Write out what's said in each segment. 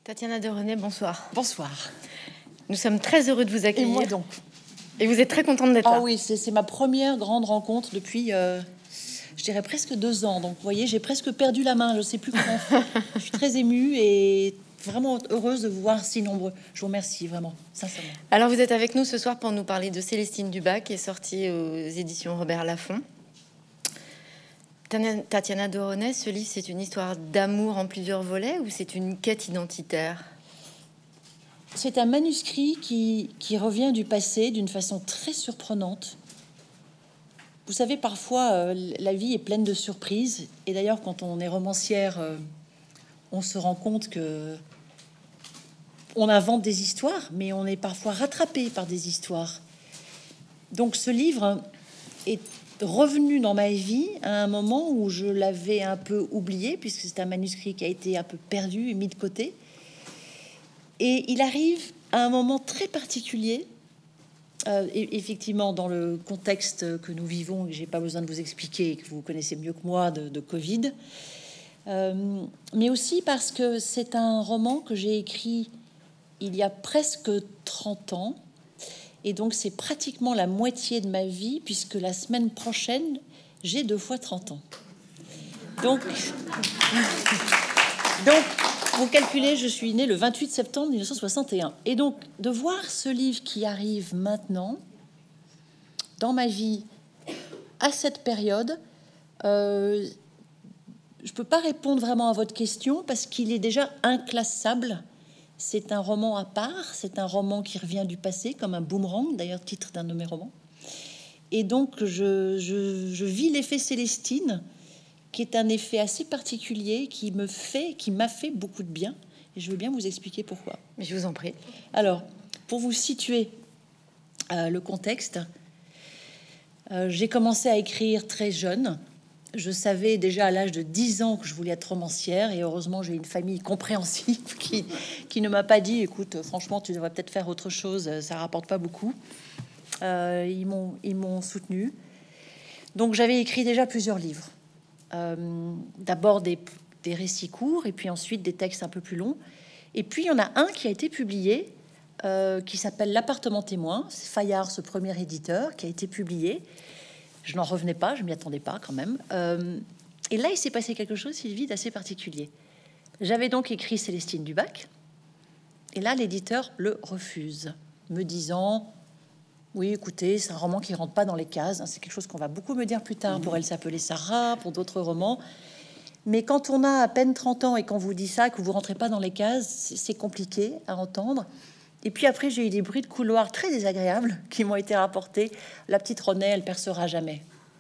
Tatiana de René, bonsoir. Bonsoir. Nous sommes très heureux de vous Et accueillir. moi donc. Et vous êtes très contente d'être là. Ah oui, c'est ma première grande rencontre depuis, je dirais, presque 2 ans. Donc, vous voyez, j'ai presque perdu la main. Je ne sais plus comment faire. Je suis très émue et vraiment heureuse de vous voir si nombreux. Je vous remercie vraiment, sincèrement. Alors, vous êtes avec nous ce soir pour nous parler de Célestine Dubac, qui est sortie aux éditions Robert Laffont. Tatiana de René, ce livre, c'est une histoire d'amour en plusieurs volets ou c'est une quête identitaire? C'est un manuscrit qui revient du passé d'une façon très surprenante. Vous savez, parfois, la vie est pleine de surprises. Et d'ailleurs, quand on est romancière, on se rend compte que on invente des histoires, mais on est parfois rattrapé par des histoires. Donc, ce livre est revenu dans ma vie à un moment où je l'avais un peu oublié, puisque c'est un manuscrit qui a été un peu perdu et mis de côté. Et il arrive à un moment très particulier, effectivement, dans le contexte que nous vivons, que j'ai pas besoin de vous expliquer, que vous connaissez mieux que moi, de Covid, mais aussi parce que c'est un roman que j'ai écrit il y a presque 30 ans, et donc c'est pratiquement la moitié de ma vie, puisque la semaine prochaine, j'ai 2 fois 30 ans. Donc vous calculez, je suis née le 28 septembre 1961. Et donc, de voir ce livre qui arrive maintenant, dans ma vie, à cette période, je ne peux pas répondre vraiment à votre question parce qu'il est déjà inclassable. C'est un roman à part, c'est un roman qui revient du passé, comme un boomerang, d'ailleurs, titre d'un de mes romans. Et donc, je vis l'effet Célestine, qui est un effet assez particulier, qui m'a fait beaucoup de bien. Et je veux bien vous expliquer pourquoi. Mais je vous en prie. Alors, pour vous situer le contexte, j'ai commencé à écrire très jeune. Je savais déjà à l'âge de 10 ans que je voulais être romancière. Et heureusement, j'ai une famille compréhensive qui ne m'a pas dit, écoute, franchement, tu devrais peut-être faire autre chose, ça rapporte pas beaucoup. Ils m'ont soutenu. Donc, j'avais écrit déjà plusieurs livres. D'abord des récits courts et puis ensuite des textes un peu plus longs. Et puis il y en a un qui a été publié qui s'appelle L'appartement témoin. C'est Fayard, ce premier éditeur, qui a été publié. Je n'en revenais pas, je m'y attendais pas quand même. Et là, il s'est passé quelque chose, Sylvie, d'assez particulier. J'avais donc écrit Célestine Dubac, et là, l'éditeur le refuse, me disant: oui, écoutez, c'est un roman qui rentre pas dans les cases. C'est quelque chose qu'on va beaucoup me dire plus tard. Pour Elle s'appelait Sarah, pour d'autres romans. Mais quand on a à peine 30 ans et qu'on vous dit ça, que vous rentrez pas dans les cases, c'est compliqué à entendre. Et puis après, j'ai eu des bruits de couloir très désagréables qui m'ont été rapportés. La petite Renée, elle percera jamais.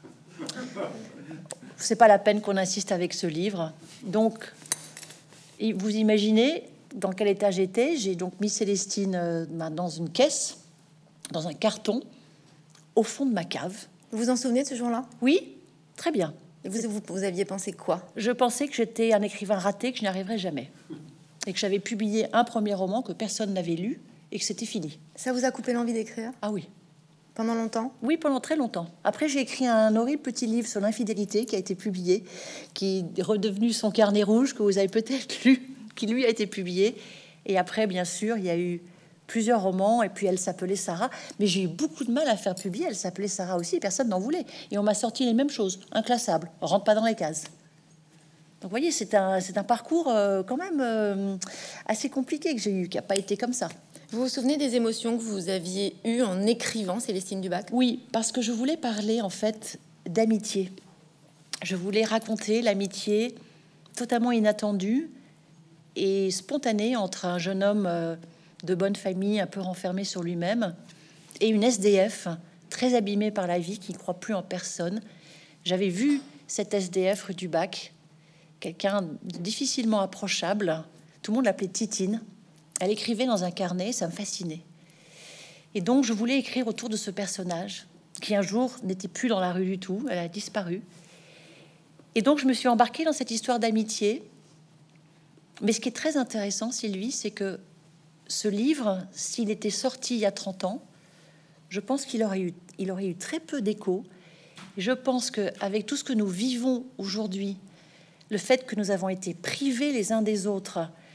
C'est pas la peine qu'on insiste avec ce livre. Donc, vous imaginez dans quel état j'étais. J'ai donc mis Célestine dans une caisse, dans un carton, au fond de ma cave. Vous vous en souvenez de ce jour-là? Oui, très bien. Vous aviez pensé quoi? Je pensais que j'étais un écrivain raté, que je n'y arriverais jamais. Et que j'avais publié un premier roman que personne n'avait lu et que c'était fini. Ça vous a coupé l'envie d'écrire? Ah oui. Pendant longtemps? Oui, pendant très longtemps. Après, j'ai écrit un horrible petit livre sur l'infidélité qui a été publié, qui est redevenu son carnet rouge, que vous avez peut-être lu, qui lui a été publié. Et après, bien sûr, il y a eu plusieurs romans, et puis Elle s'appelait Sarah. Mais j'ai eu beaucoup de mal à faire publier Elle s'appelait Sarah aussi, personne n'en voulait. Et on m'a sorti les mêmes choses, inclassable, rentre pas dans les cases. Donc vous voyez, c'est un parcours quand même assez compliqué que j'ai eu, qui n'a pas été comme ça. Vous vous souvenez des émotions que vous aviez eues en écrivant Célestine Dubac? Oui, parce que je voulais parler en fait d'amitié. Je voulais raconter l'amitié totalement inattendue et spontanée entre un jeune homme de bonne famille, un peu renfermé sur lui-même, et une SDF très abîmée par la vie, qui ne croit plus en personne. J'avais vu cette SDF rue du Bac, quelqu'un de difficilement approchable. Tout le monde l'appelait Titine. Elle écrivait dans un carnet, ça me fascinait. Et donc, je voulais écrire autour de ce personnage, qui un jour n'était plus dans la rue du tout, elle a disparu. Et donc, je me suis embarquée dans cette histoire d'amitié. Mais ce qui est très intéressant, Sylvie, c'est que ce livre, s'il était sorti il y a 30 ans, je pense qu'il aurait eu très peu d'écho. Je pense qu'avec tout ce que nous vivons aujourd'hui, le fait que nous avons été privés les uns des autres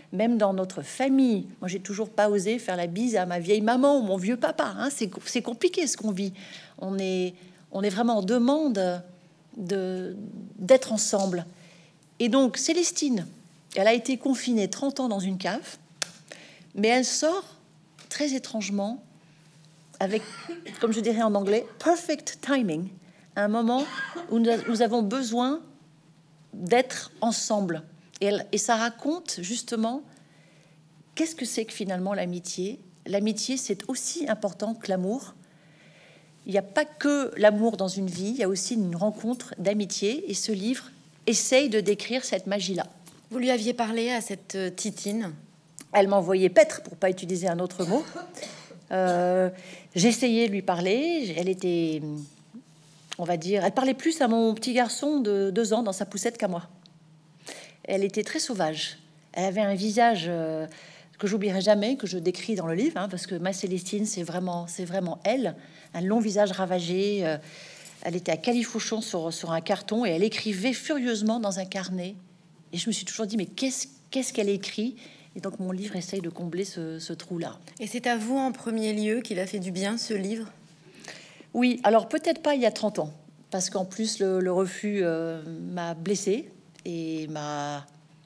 même dans notre famille. Moi, j'ai toujours pas osé faire la bise à ma vieille maman ou mon vieux papa. Hein. C'est compliqué ce qu'on vit. On est vraiment en demande d'être ensemble. Et donc, Célestine, elle a été confinée 30 ans dans une cave, mais elle sort très étrangement avec, comme je dirais en anglais, perfect timing, un moment où nous avons besoin d'être ensemble. Et ça raconte justement qu'est-ce que c'est que finalement l'amitié. L'amitié, c'est aussi important que l'amour. Il n'y a pas que l'amour dans une vie, il y a aussi une rencontre d'amitié. Et ce livre essaye de décrire cette magie-là. Vous lui aviez parlé à cette Titine? Elle m'envoyait paître, pour pas utiliser un autre mot. J'ai essayé de lui parler. Elle était, on va dire, elle parlait plus à mon petit garçon de 2 ans dans sa poussette qu'à moi. Elle était très sauvage. Elle avait un visage que j'oublierai jamais, que je décris dans le livre, hein, parce que ma Célestine, c'est vraiment elle, un long visage ravagé. Elle était à califourchon sur un carton et elle écrivait furieusement dans un carnet. Et je me suis toujours dit, mais qu'est-ce qu'elle écrit? Et donc mon livre essaye de combler ce trou-là. Et c'est à vous en premier lieu qu'il a fait du bien, ce livre? Oui, alors peut-être pas il y a 30 ans, parce qu'en plus le refus m'a blessée et m'a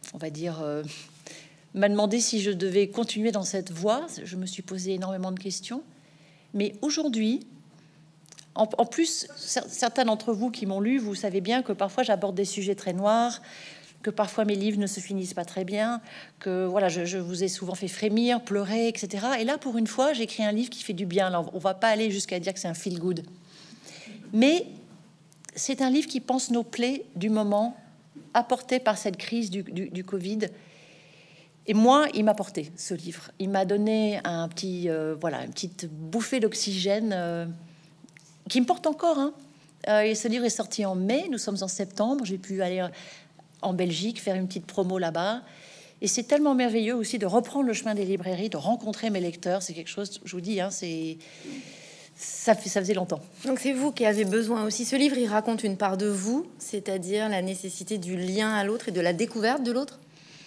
demandé si je devais continuer dans cette voie. Je me suis posé énormément de questions. Mais aujourd'hui, en plus, certains d'entre vous qui m'ont lu, vous savez bien que parfois j'aborde des sujets très noirs, que parfois mes livres ne se finissent pas très bien, que voilà, je vous ai souvent fait frémir, pleurer, etc. Et là, pour une fois, j'écris un livre qui fait du bien. Alors, on va pas aller jusqu'à dire que c'est un feel good, mais c'est un livre qui pense nos plaies du moment, apporté par cette crise du Covid. Et moi, il m'a porté ce livre. Il m'a donné une petite bouffée d'oxygène qui me porte encore. Hein. Et ce livre est sorti en mai. Nous sommes en septembre. J'ai pu aller en Belgique, faire une petite promo là-bas. Et c'est tellement merveilleux aussi de reprendre le chemin des librairies, de rencontrer mes lecteurs. C'est quelque chose, je vous dis, hein, ça faisait longtemps. Donc c'est vous qui avez besoin aussi. Ce livre, il raconte une part de vous, c'est-à-dire la nécessité du lien à l'autre et de la découverte de l'autre.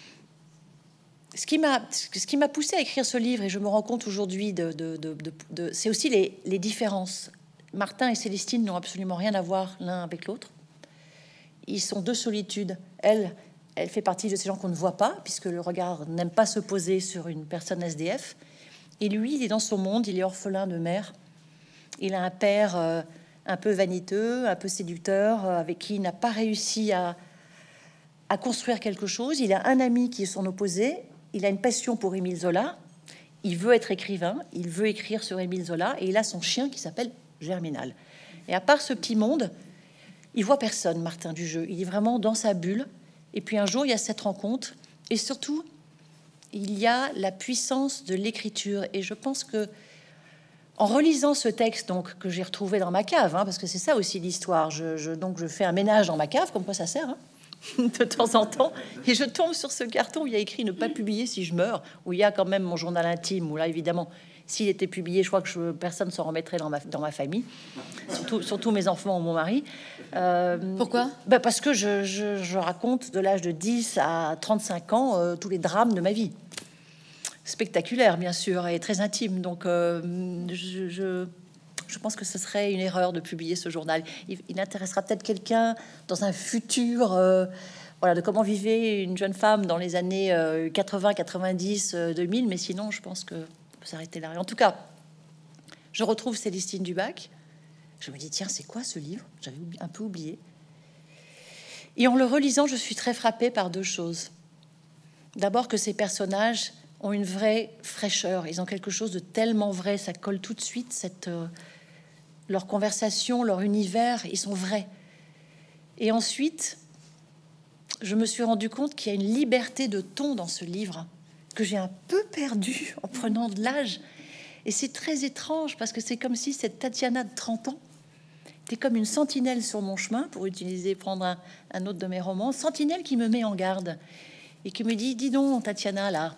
Ce qui m'a poussé à écrire ce livre, et je me rends compte aujourd'hui, c'est aussi les différences. Martin et Célestine n'ont absolument rien à voir l'un avec l'autre. Ils sont 2 solitudes. Elle fait partie de ces gens qu'on ne voit pas, puisque le regard n'aime pas se poser sur une personne SDF. Et lui, il est dans son monde, il est orphelin de mère. Il a un père un peu vaniteux, un peu séducteur, avec qui il n'a pas réussi à construire quelque chose. Il a un ami qui est son opposé. Il a une passion pour Émile Zola. Il veut être écrivain. Il veut écrire sur Émile Zola. Et il a son chien qui s'appelle Germinal. Et à part ce petit monde, il voit personne, Martin Dujeu. Il est vraiment dans sa bulle. Et puis un jour, il y a cette rencontre. Et surtout, il y a la puissance de l'écriture. Et je pense que en relisant ce texte donc que j'ai retrouvé dans ma cave, hein, parce que c'est ça aussi l'histoire, donc je fais un ménage dans ma cave, comme quoi ça sert, hein, de temps en temps, et je tombe sur ce carton où il y a écrit « Ne pas publier si je meurs », où il y a quand même mon journal intime, où là, évidemment, s'il était publié, je crois que personne ne s'en remettrait dans ma famille, surtout mes enfants ou mon mari. Pourquoi? Parce que je raconte de l'âge de 10 à 35 ans tous les drames de ma vie. Spectaculaire, bien sûr, et très intime. Donc, je pense que ce serait une erreur de publier ce journal. Il intéressera peut-être quelqu'un dans un futur, de comment vivait une jeune femme dans les années 80, 90, 2000. Mais sinon, je pense que on peut s'arrêter là. Et en tout cas, je retrouve Célestine Dubac. Je me dis, tiens, c'est quoi ce livre? J'avais un peu oublié. Et en le relisant, je suis très frappée par 2 choses. D'abord que ces personnages ont une vraie fraîcheur. Ils ont quelque chose de tellement vrai, ça colle tout de suite. Leur conversation, leur univers, ils sont vrais. Et ensuite, je me suis rendu compte qu'il y a une liberté de ton dans ce livre que j'ai un peu perdu en prenant de l'âge. Et c'est très étrange parce que c'est comme si cette Tatiana de 30 ans était comme une sentinelle sur mon chemin, pour prendre un autre de mes romans, sentinelle qui me met en garde et qui me dit, dis donc Tatiana là,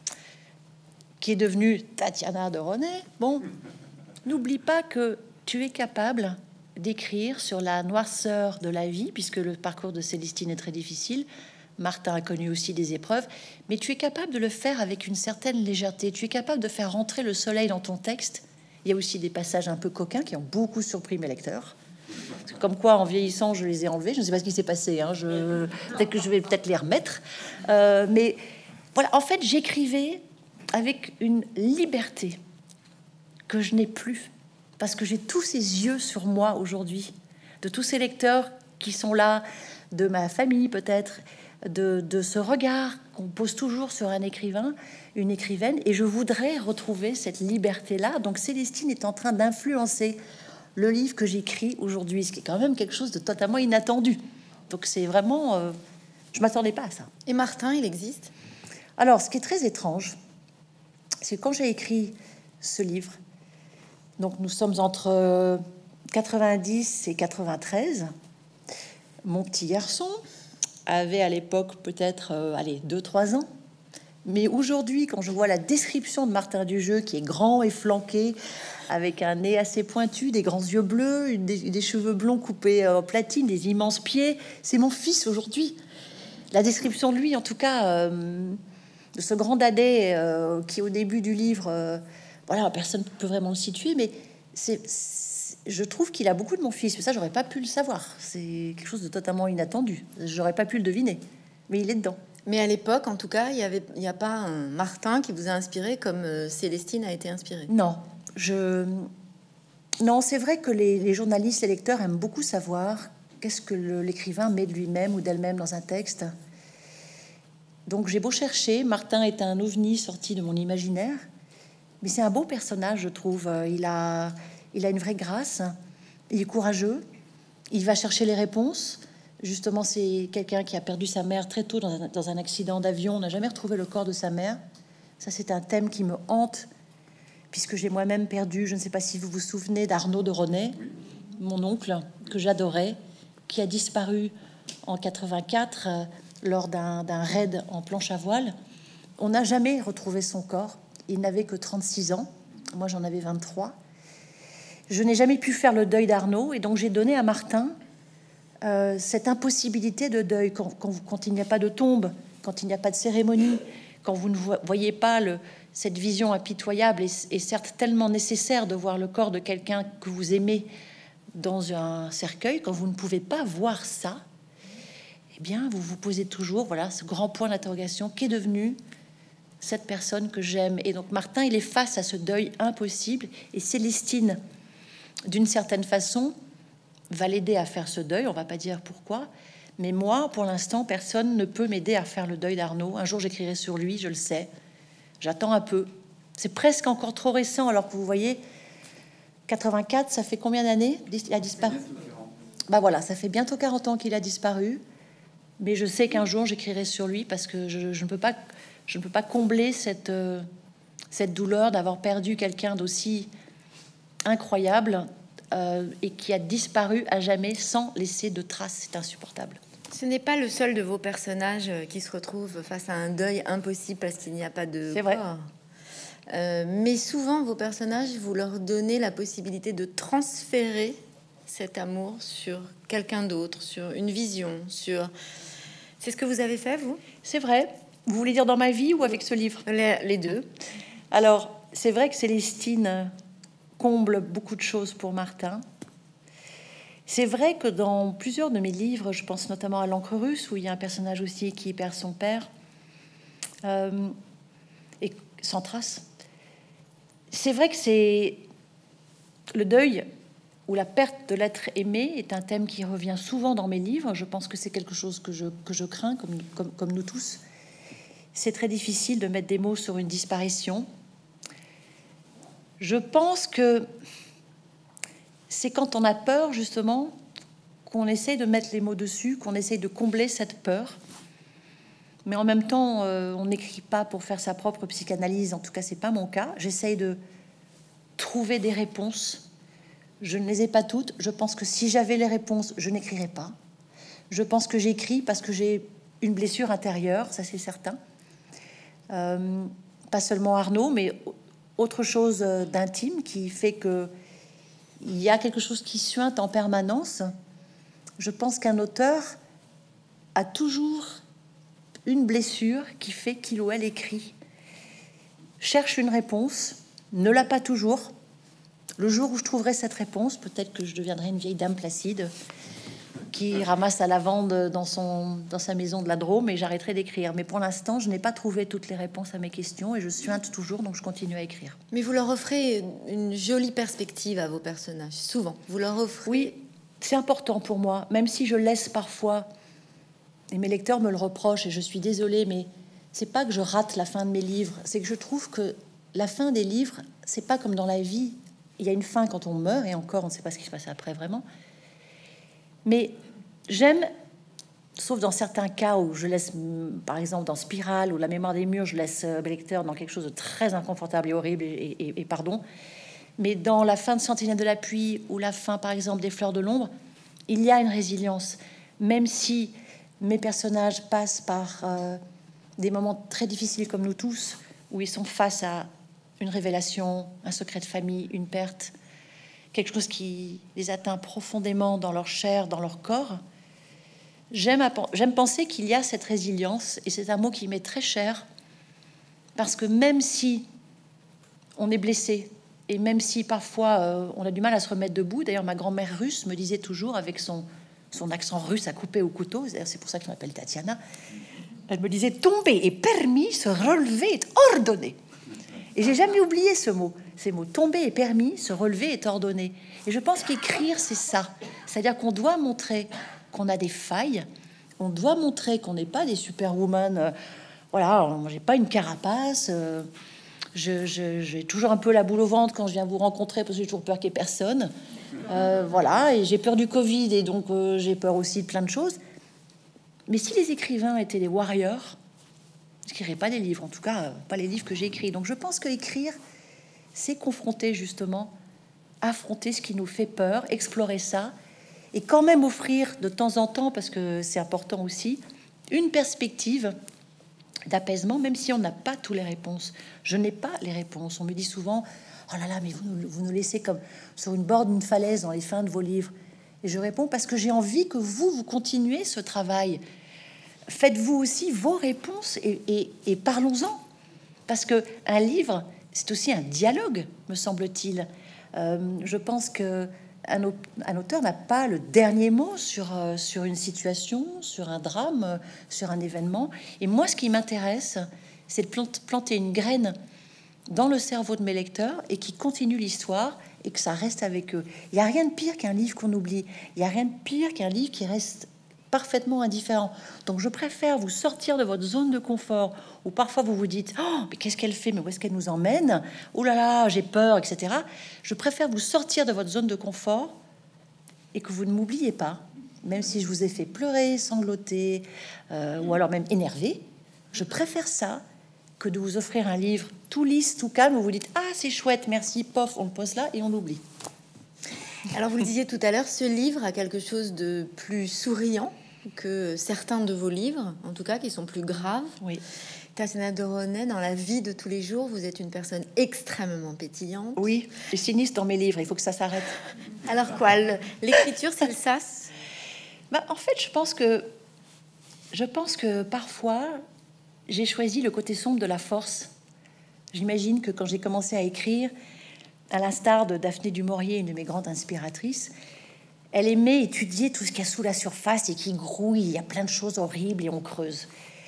qui est devenue Tatiana de René, bon, n'oublie pas que tu es capable d'écrire sur la noirceur de la vie, puisque le parcours de Célestine est très difficile, Martin a connu aussi des épreuves, mais tu es capable de le faire avec une certaine légèreté. Tu es capable de faire rentrer le soleil dans ton texte. Il y a aussi des passages un peu coquins qui ont beaucoup surpris mes lecteurs. Comme quoi, en vieillissant, je les ai enlevés. Je ne sais pas ce qui s'est passé. Peut-être que je vais peut-être les remettre. Mais voilà, en fait, j'écrivais avec une liberté que je n'ai plus. Parce que j'ai tous ces yeux sur moi aujourd'hui, de tous ces lecteurs qui sont là, de ma famille peut-être, de ce regard qu'on pose toujours sur un écrivain, une écrivaine, et je voudrais retrouver cette liberté-là. Donc Célestine est en train d'influencer le livre que j'écris aujourd'hui, ce qui est quand même quelque chose de totalement inattendu. Donc c'est vraiment... je m'attendais pas à ça. Et Martin, il existe? Alors, ce qui est très étrange, c'est que quand j'ai écrit ce livre, donc nous sommes entre 90 et 93, mon petit garçon avait à l'époque peut-être 2-3 ans. Mais aujourd'hui, quand je vois la description de Martin Dujeu, qui est grand et flanqué, avec un nez assez pointu, des grands yeux bleus, des cheveux blonds coupés en platine, des immenses pieds, c'est mon fils aujourd'hui. La description de lui, en tout cas, de ce grand dadais qui, au début du livre, voilà, personne ne peut vraiment le situer, mais je trouve qu'il a beaucoup de mon fils. Mais ça, j'aurais pas pu le savoir. C'est quelque chose de totalement inattendu. J'aurais pas pu le deviner, mais il est dedans. Mais à l'époque, en tout cas, il n'y a pas un Martin qui vous a inspiré comme Célestine a été inspirée. Non, non, c'est vrai que les journalistes, les lecteurs aiment beaucoup savoir qu'est-ce que l'écrivain met de lui-même ou d'elle-même dans un texte. Donc j'ai beau chercher, Martin est un ovni sorti de mon imaginaire, mais c'est un beau personnage, je trouve. Il a une vraie grâce, il est courageux, il va chercher les réponses. Justement, c'est quelqu'un qui a perdu sa mère très tôt dans un accident d'avion. On n'a jamais retrouvé le corps de sa mère. Ça, c'est un thème qui me hante, puisque j'ai moi-même perdu, je ne sais pas si vous vous souvenez d'Arnaud de René, mon oncle, que j'adorais, qui a disparu en 84 lors d'un raid en planche à voile. On n'a jamais retrouvé son corps. Il n'avait que 36 ans. Moi, j'en avais 23. Je n'ai jamais pu faire le deuil d'Arnaud, et donc j'ai donné à Martin cette impossibilité de deuil, quand il n'y a pas de tombe, quand il n'y a pas de cérémonie, quand vous ne voyez pas cette vision impitoyable et certes tellement nécessaire de voir le corps de quelqu'un que vous aimez dans un cercueil, quand vous ne pouvez pas voir ça, eh bien, vous vous posez toujours, voilà, ce grand point d'interrogation, qu'est devenu cette personne que j'aime? Et donc Martin, il est face à ce deuil impossible, et Célestine, d'une certaine façon, va l'aider à faire ce deuil. On va pas dire pourquoi, mais moi, pour l'instant, personne ne peut m'aider à faire le deuil d'Arnaud. Un jour, j'écrirai sur lui, je le sais. J'attends un peu. C'est presque encore trop récent, alors que vous voyez, 84, ça fait combien d'années il a disparu? Bah voilà, ça fait bientôt 40 ans qu'il a disparu. Mais je sais qu'un jour, j'écrirai sur lui, parce que je ne peux pas combler cette douleur d'avoir perdu quelqu'un d'aussi incroyable, et qui a disparu à jamais sans laisser de traces. C'est insupportable. Ce n'est pas le seul de vos personnages qui se retrouve face à un deuil impossible parce qu'il n'y a pas de C'est corps. Mais souvent, vos personnages, vous leur donnez la possibilité de transférer cet amour sur quelqu'un d'autre, sur une vision, sur... C'est ce que vous avez fait, vous? C'est vrai. Vous voulez dire dans ma vie ou avec ce livre? Les deux. Alors, c'est vrai que Célestine comble beaucoup de choses pour Martin. C'est vrai que dans plusieurs de mes livres, je pense notamment à L'Encre russe, où il y a un personnage aussi qui perd son père, et sans trace. C'est vrai que c'est le deuil ou la perte de l'être aimé est un thème qui revient souvent dans mes livres. Je pense que c'est quelque chose que je crains, comme nous tous. C'est très difficile de mettre des mots sur une disparition. Je pense que c'est quand on a peur, justement, qu'on essaye de mettre les mots dessus, qu'on essaye de combler cette peur. Mais en même temps, on n'écrit pas pour faire sa propre psychanalyse. En tout cas, c'est pas mon cas. J'essaye de trouver des réponses. Je ne les ai pas toutes. Je pense que si j'avais les réponses, je n'écrirais pas. Je pense que j'écris parce que j'ai une blessure intérieure, ça c'est certain. Pas seulement Arnaud, mais autre chose d'intime qui fait que il y a quelque chose qui suinte en permanence. Je pense qu'un auteur a toujours une blessure qui fait qu'il ou elle écrit. Cherche une réponse, ne l'a pas toujours. Le jour où je trouverai cette réponse, peut-être que je deviendrai une vieille dame placide qui ramasse la lavande dans sa maison de la Drôme et j'arrêterai d'écrire. Mais pour l'instant, je n'ai pas trouvé toutes les réponses à mes questions et je suinte toujours, donc je continue à écrire. Mais vous leur offrez une jolie perspective à vos personnages, souvent. Vous leur offrez... Oui, c'est important pour moi, même si je laisse parfois, et mes lecteurs me le reprochent et je suis désolée, mais c'est pas que je rate la fin de mes livres, c'est que je trouve que la fin des livres, c'est pas comme dans la vie. Il y a une fin quand on meurt, et encore, on ne sait pas ce qui se passe après vraiment. Mais j'aime, sauf dans certains cas où je laisse, par exemple dans Spirale ou La mémoire des murs, je laisse mes lecteurs dans quelque chose de très inconfortable et horrible, et pardon. Mais dans la fin de Sentinelle de la pluie ou la fin, par exemple, des Fleurs de l'ombre, il y a une résilience. Même si mes personnages passent par des moments très difficiles comme nous tous, où ils sont face à une révélation, un secret de famille, une perte, quelque chose qui les atteint profondément dans leur chair, dans leur corps. J'aime penser qu'il y a cette résilience, et c'est un mot qui m'est très cher, parce que même si on est blessé, et même si parfois on a du mal à se remettre debout, d'ailleurs ma grand-mère russe me disait toujours, avec son accent russe à couper au couteau, c'est pour ça que je m'appelle Tatiana, elle me disait « tomber est permis, se relever est ordonné ». Et j'ai jamais oublié ces mots. Tomber est permis, se relever est ordonné. Et je pense qu'écrire, c'est ça. C'est-à-dire qu'on doit montrer qu'on a des failles, on doit montrer qu'on n'est pas des superwoman. Voilà, j'ai pas une carapace. J'ai toujours un peu la boule au ventre quand je viens vous rencontrer parce que j'ai toujours peur qu'il n'y ait personne. Voilà, et j'ai peur du Covid et donc j'ai peur aussi de plein de choses. Mais si les écrivains étaient des warriors, je n'écrirais pas des livres, en tout cas pas les livres que j'ai écrits. Donc je pense que écrire, c'est confronter justement, affronter ce qui nous fait peur, explorer ça, et quand même offrir de temps en temps, parce que c'est important aussi, une perspective d'apaisement, même si on n'a pas toutes les réponses. Je n'ai pas les réponses. On me dit souvent « Oh là là, mais vous nous laissez comme sur une bord d'une falaise dans les fins de vos livres. » Et je réponds parce que j'ai envie que vous continuez ce travail. Faites-vous aussi vos réponses et parlons-en. Parce que un livre, c'est aussi un dialogue, me semble-t-il. Je pense que un auteur n'a pas le dernier mot sur une situation, sur un drame, sur un événement. Et moi, ce qui m'intéresse, c'est de planter une graine dans le cerveau de mes lecteurs et qui continue l'histoire et que ça reste avec eux. Il n'y a rien de pire qu'un livre qu'on oublie. Il n'y a rien de pire qu'un livre qui reste parfaitement indifférent. Donc je préfère vous sortir de votre zone de confort où parfois vous vous dites « Oh, mais qu'est-ce qu'elle fait? Mais où est-ce qu'elle nous emmène? Oh là là, j'ai peur, etc. » Je préfère vous sortir de votre zone de confort et que vous ne m'oubliez pas, même si je vous ai fait pleurer, sangloter ou alors même énerver. Je préfère ça que de vous offrir un livre tout lisse, tout calme, où vous dites « Ah, c'est chouette, merci, pof, on le pose là et on l'oublie. » Alors vous le disiez tout à l'heure, ce livre a quelque chose de plus souriant que certains de vos livres, en tout cas, qui sont plus graves. Oui. Tatiana Doronet, dans la vie de tous les jours, vous êtes une personne extrêmement pétillante. Oui, et sinistre dans mes livres, il faut que ça s'arrête. Alors quoi, l'écriture, c'est le sas? En fait, je pense que parfois, j'ai choisi le côté sombre de la force. J'imagine que quand j'ai commencé à écrire, à l'instar de Daphné du Maurier, une de mes grandes inspiratrices, elle aimait étudier tout ce qu'il y a sous la surface et qui grouille, il y a plein de choses horribles et on creuse.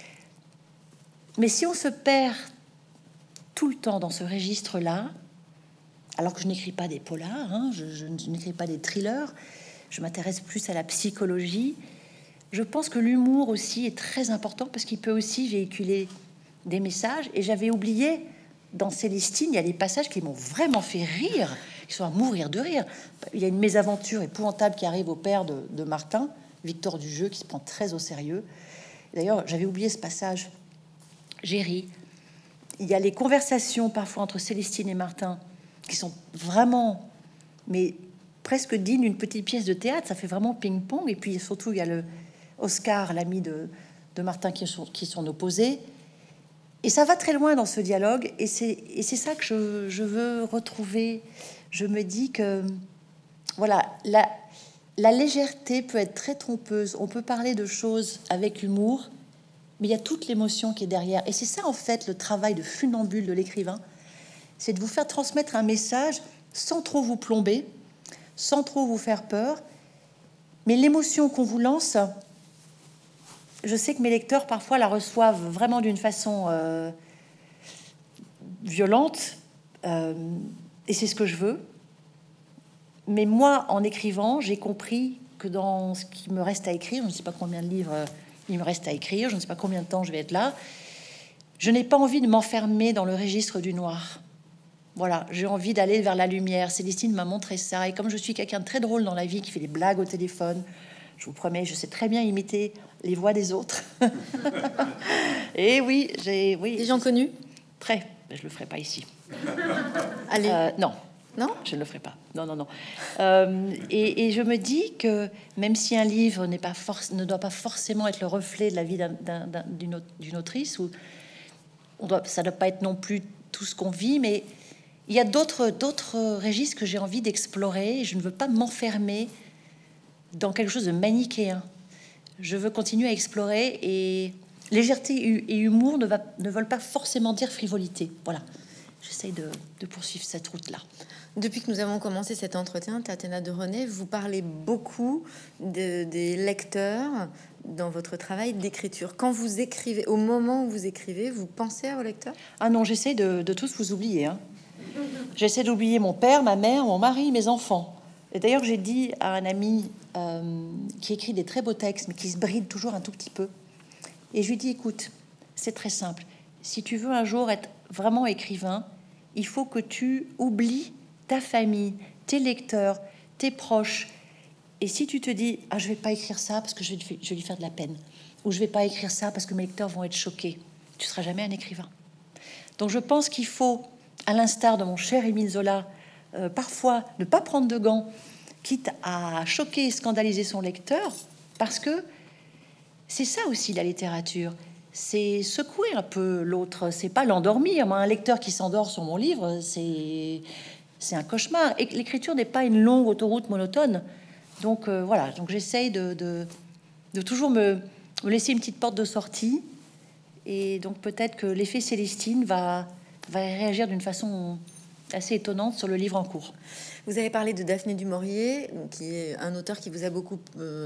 Mais si on se perd tout le temps dans ce registre-là, alors que je n'écris pas des polars, je n'écris pas des thrillers, je m'intéresse plus à la psychologie, je pense que l'humour aussi est très important parce qu'il peut aussi véhiculer des messages. Et j'avais oublié, dans Célestine, il y a des passages qui m'ont vraiment fait rire, qui sont à mourir de rire. Il y a une mésaventure épouvantable qui arrive au père de Martin, Victor Dujeu, qui se prend très au sérieux. D'ailleurs, j'avais oublié ce passage. J'ai ri. Il y a les conversations parfois entre Célestine et Martin qui sont vraiment, mais presque dignes d'une petite pièce de théâtre. Ça fait vraiment ping-pong. Et puis surtout, il y a le Oscar, l'ami de Martin, qui est son opposé. Et ça va très loin dans ce dialogue. Et c'est ça que je veux retrouver. Je me dis que, voilà, la légèreté peut être très trompeuse. On peut parler de choses avec humour, mais il y a toute l'émotion qui est derrière. Et c'est ça, en fait, le travail de funambule de l'écrivain. C'est de vous faire transmettre un message sans trop vous plomber, sans trop vous faire peur. Mais l'émotion qu'on vous lance, je sais que mes lecteurs, parfois, la reçoivent vraiment d'une façon violente. Et c'est ce que je veux. Mais moi, en écrivant, j'ai compris que dans ce qui me reste à écrire, je ne sais pas combien de livres il me reste à écrire, je ne sais pas combien de temps je vais être là, je n'ai pas envie de m'enfermer dans le registre du noir. Voilà, j'ai envie d'aller vers la lumière. Célestine m'a montré ça. Et comme je suis quelqu'un de très drôle dans la vie, qui fait des blagues au téléphone, je vous promets, je sais très bien imiter les voix des autres. Et oui, oui. Des gens connus? Très. Je le ferai pas ici. Allez. Non. Non, je ne le ferai pas. Non. Et je me dis que même si un livre ne doit pas forcément être le reflet de la vie d'une autrice, ou ça ne doit pas être non plus tout ce qu'on vit, mais il y a d'autres registres que j'ai envie d'explorer. Je ne veux pas m'enfermer dans quelque chose de manichéen. Je veux continuer à explorer, et légèreté et humour ne veulent pas forcément dire frivolité. Voilà, j'essaye de poursuivre cette route-là. Depuis que nous avons commencé cet entretien, Tatiana de René, vous parlez beaucoup des lecteurs dans votre travail d'écriture. Quand vous écrivez, au moment où vous écrivez, vous pensez à vos lecteurs? Ah non, j'essaie de tous vous oublier. J'essaie d'oublier mon père, ma mère, mon mari, mes enfants. Et d'ailleurs, j'ai dit à un ami qui écrit des très beaux textes, mais qui se bride toujours un tout petit peu. Et je lui dis, écoute, c'est très simple. Si tu veux un jour être vraiment écrivain, il faut que tu oublies ta famille, tes lecteurs, tes proches. Et si tu te dis, ah, je vais pas écrire ça parce que je vais lui faire de la peine, ou je vais pas écrire ça parce que mes lecteurs vont être choqués, tu seras jamais un écrivain. Donc je pense qu'il faut, à l'instar de mon cher Émile Zola, parfois ne pas prendre de gants, quitte à choquer et scandaliser son lecteur, parce que c'est ça aussi la littérature. C'est secouer un peu l'autre, c'est pas l'endormir. Moi, un lecteur qui s'endort sur mon livre, c'est un cauchemar. Et l'écriture n'est pas une longue autoroute monotone. Donc voilà, donc j'essaye de toujours me laisser une petite porte de sortie. Et donc peut-être que l'effet Célestine va réagir d'une façon assez étonnante sur le livre en cours. Vous avez parlé de Daphné du Maurier, qui est un auteur qui vous a beaucoup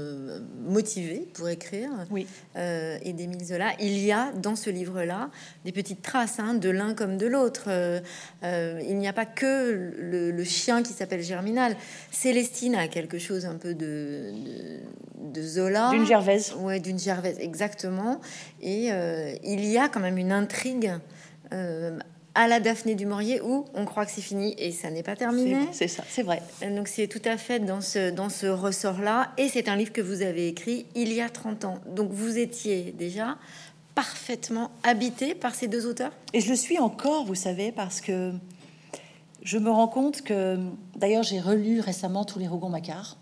motivé pour écrire, oui. Et d'Émile Zola. Il y a dans ce livre-là des petites traces, de l'un comme de l'autre. Il n'y a pas que le chien qui s'appelle Germinal. Célestine a quelque chose un peu de Zola. D'une Gervaise. Ouais, d'une Gervaise, exactement. Et il y a quand même une intrigue à la Daphné du Maurier où on croit que c'est fini et ça n'est pas terminé. C'est ça, c'est vrai. Donc c'est tout à fait dans ce ressort-là. Et c'est un livre que vous avez écrit il y a 30 ans. Donc vous étiez déjà parfaitement habité par ces deux auteurs. Et je le suis encore, vous savez, parce que je me rends compte que... D'ailleurs, j'ai relu récemment tous les Rougon-Macquart.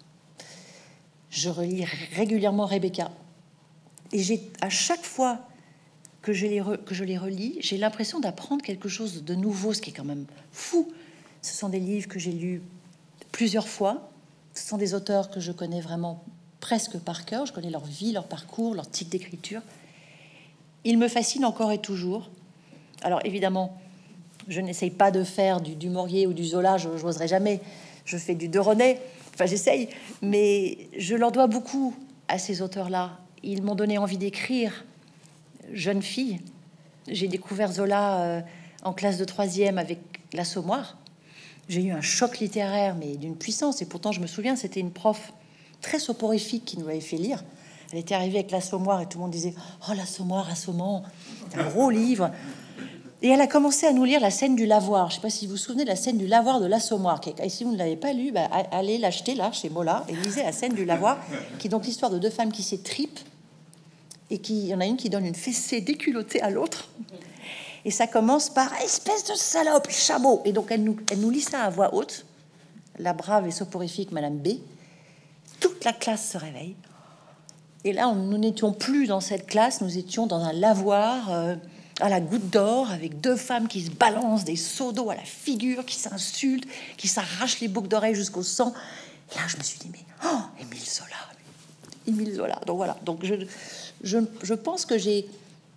Je relis régulièrement Rebecca. Et à chaque fois que je les relis, j'ai l'impression d'apprendre quelque chose de nouveau, ce qui est quand même fou. Ce sont des livres que j'ai lus plusieurs fois. Ce sont des auteurs que je connais vraiment presque par cœur. Je connais leur vie, leur parcours, leur type d'écriture. Ils me fascinent encore et toujours. Alors évidemment, je n'essaye pas de faire du Maurier ou du Zola, je n'oserais jamais. Je fais du de René, enfin j'essaye, mais je leur dois beaucoup à ces auteurs-là. Ils m'ont donné envie d'écrire. Jeune fille, j'ai découvert Zola en classe de 3e avec l'Assommoir. J'ai eu un choc littéraire, mais d'une puissance. Et pourtant, je me souviens, c'était une prof très soporifique qui nous avait fait lire. Elle était arrivée avec l'Assommoir et tout le monde disait « Oh, l'Assommoir, assommant, c'est un gros livre !» Et elle a commencé à nous lire La scène du lavoir. Je ne sais pas si vous vous souvenez de La scène du lavoir de l'Assommoir. Et si vous ne l'avez pas lu, allez l'acheter là, chez Mola, et lisez La scène du lavoir, qui est donc l'histoire de deux femmes qui s'étripent. Et il y en a une qui donne une fessée déculottée à l'autre. Et ça commence par « espèce de salope, chameau !» Et donc elle nous lit ça à voix haute. La brave et soporifique Madame B. Toute la classe se réveille. Et là, nous n'étions plus dans cette classe, nous étions dans un lavoir à la goutte d'or, avec deux femmes qui se balancent des seaux d'eau à la figure, qui s'insultent, qui s'arrachent les boucles d'oreilles jusqu'au sang. Et là, je me suis dit, mais Émile Zola. Donc voilà, donc je pense que j'ai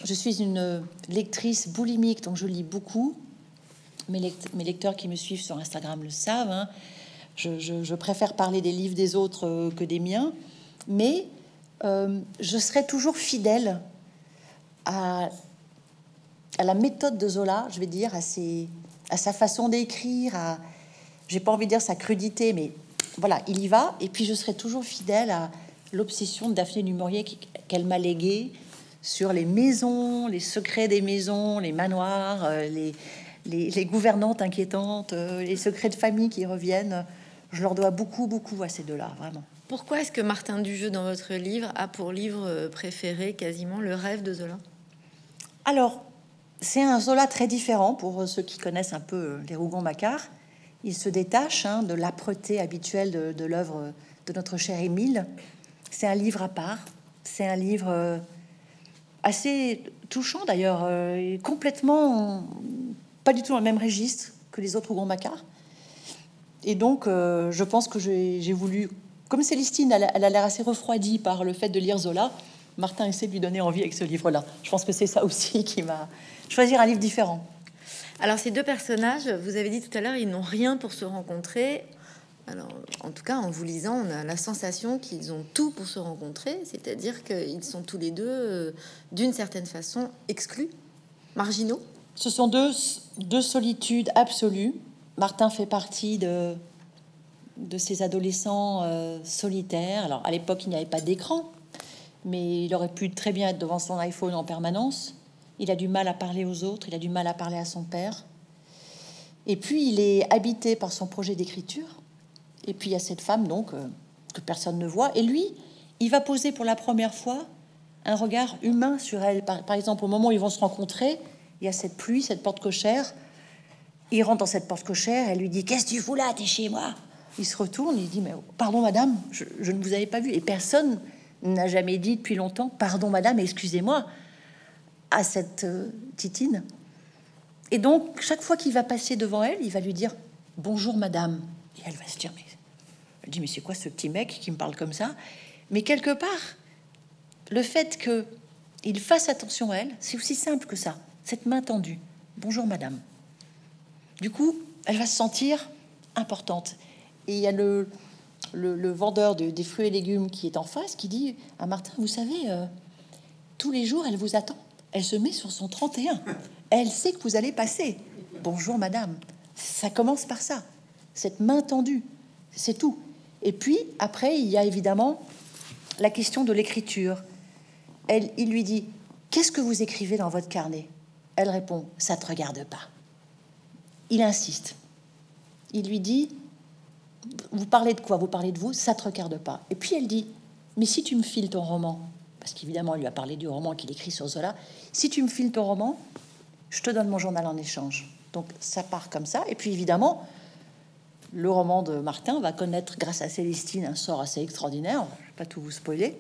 Je suis une lectrice boulimique, donc je lis beaucoup. Mes lecteurs qui me suivent sur Instagram le savent. Hein. Je préfère parler des livres des autres que des miens. Mais je serai toujours fidèle à la méthode de Zola, je vais dire, à sa façon d'écrire, j'ai pas envie de dire sa crudité, mais voilà, il y va. Et puis je serai toujours fidèle à l'obsession de Daphné du Maurier qu'elle m'a léguée sur les maisons, les secrets des maisons, les manoirs, les gouvernantes inquiétantes, les secrets de famille qui reviennent. Je leur dois beaucoup, beaucoup à ces deux-là, vraiment. Pourquoi est-ce que Martin Dujeu, dans votre livre, a pour livre préféré quasiment Le Rêve de Zola? Alors, c'est un Zola très différent pour ceux qui connaissent un peu les Rougon-Macquart. Il se détache de l'âpreté habituelle de l'œuvre de notre cher Émile. C'est un livre à part. C'est un livre assez touchant d'ailleurs, complètement pas du tout dans le même registre que les autres Rougon-Macquart. Et donc, je pense que j'ai voulu, comme Célestine, elle a l'air assez refroidie par le fait de lire Zola. Martin essaie de lui donner envie avec ce livre-là. Je pense que c'est ça aussi qui m'a choisi un livre différent. Alors, ces deux personnages, vous avez dit tout à l'heure, ils n'ont rien pour se rencontrer. Alors, en tout cas, en vous lisant, on a la sensation qu'ils ont tout pour se rencontrer, c'est-à-dire qu'ils sont tous les deux, d'une certaine façon, exclus, marginaux. Ce sont deux solitudes absolues. Martin fait partie de ces adolescents solitaires. Alors, à l'époque, il n'y avait pas d'écran, mais il aurait pu très bien être devant son iPhone en permanence. Il a du mal à parler aux autres, il a du mal à parler à son père. Et puis, il est habité par son projet d'écriture. Et puis, il y a cette femme, donc, que personne ne voit. Et lui, il va poser pour la première fois un regard humain sur elle. Par exemple, au moment où ils vont se rencontrer, il y a cette pluie, cette porte cochère. Il rentre dans cette porte cochère, elle lui dit « Qu'est-ce que tu fous là? T'es chez moi ?» Il se retourne, il dit « Mais pardon, madame, je ne vous avais pas vu. » Et personne n'a jamais dit depuis longtemps « Pardon, madame, excusez-moi » à cette titine. Et donc, chaque fois qu'il va passer devant elle, il va lui dire « Bonjour, madame. » Et elle va se dire « Mais elle dit, mais c'est quoi ce petit mec qui me parle comme ça ?» Mais quelque part, le fait qu'il fasse attention à elle, c'est aussi simple que ça. Cette main tendue. « Bonjour, madame. » Du coup, elle va se sentir importante. Et il y a le vendeur des fruits et légumes qui est en face, qui dit à Martin, vous savez, tous les jours, elle vous attend. Elle se met sur son 31. Elle sait que vous allez passer. Bonjour, madame. Ça commence par ça. Cette main tendue. C'est tout. Et puis, après, il y a évidemment la question de l'écriture. Il lui dit, qu'est-ce que vous écrivez dans votre carnet? Elle répond, ça te regarde pas. Il insiste. Il lui dit, vous parlez de quoi? Vous parlez de vous? Ça te regarde pas. Et puis elle dit, mais si tu me files ton roman, parce qu'évidemment, elle lui a parlé du roman qu'il écrit sur Zola, si tu me files ton roman, je te donne mon journal en échange. Donc ça part comme ça. Et puis évidemment, le roman de Martin va connaître, grâce à Célestine, un sort assez extraordinaire. Je ne vais pas tout vous spoiler.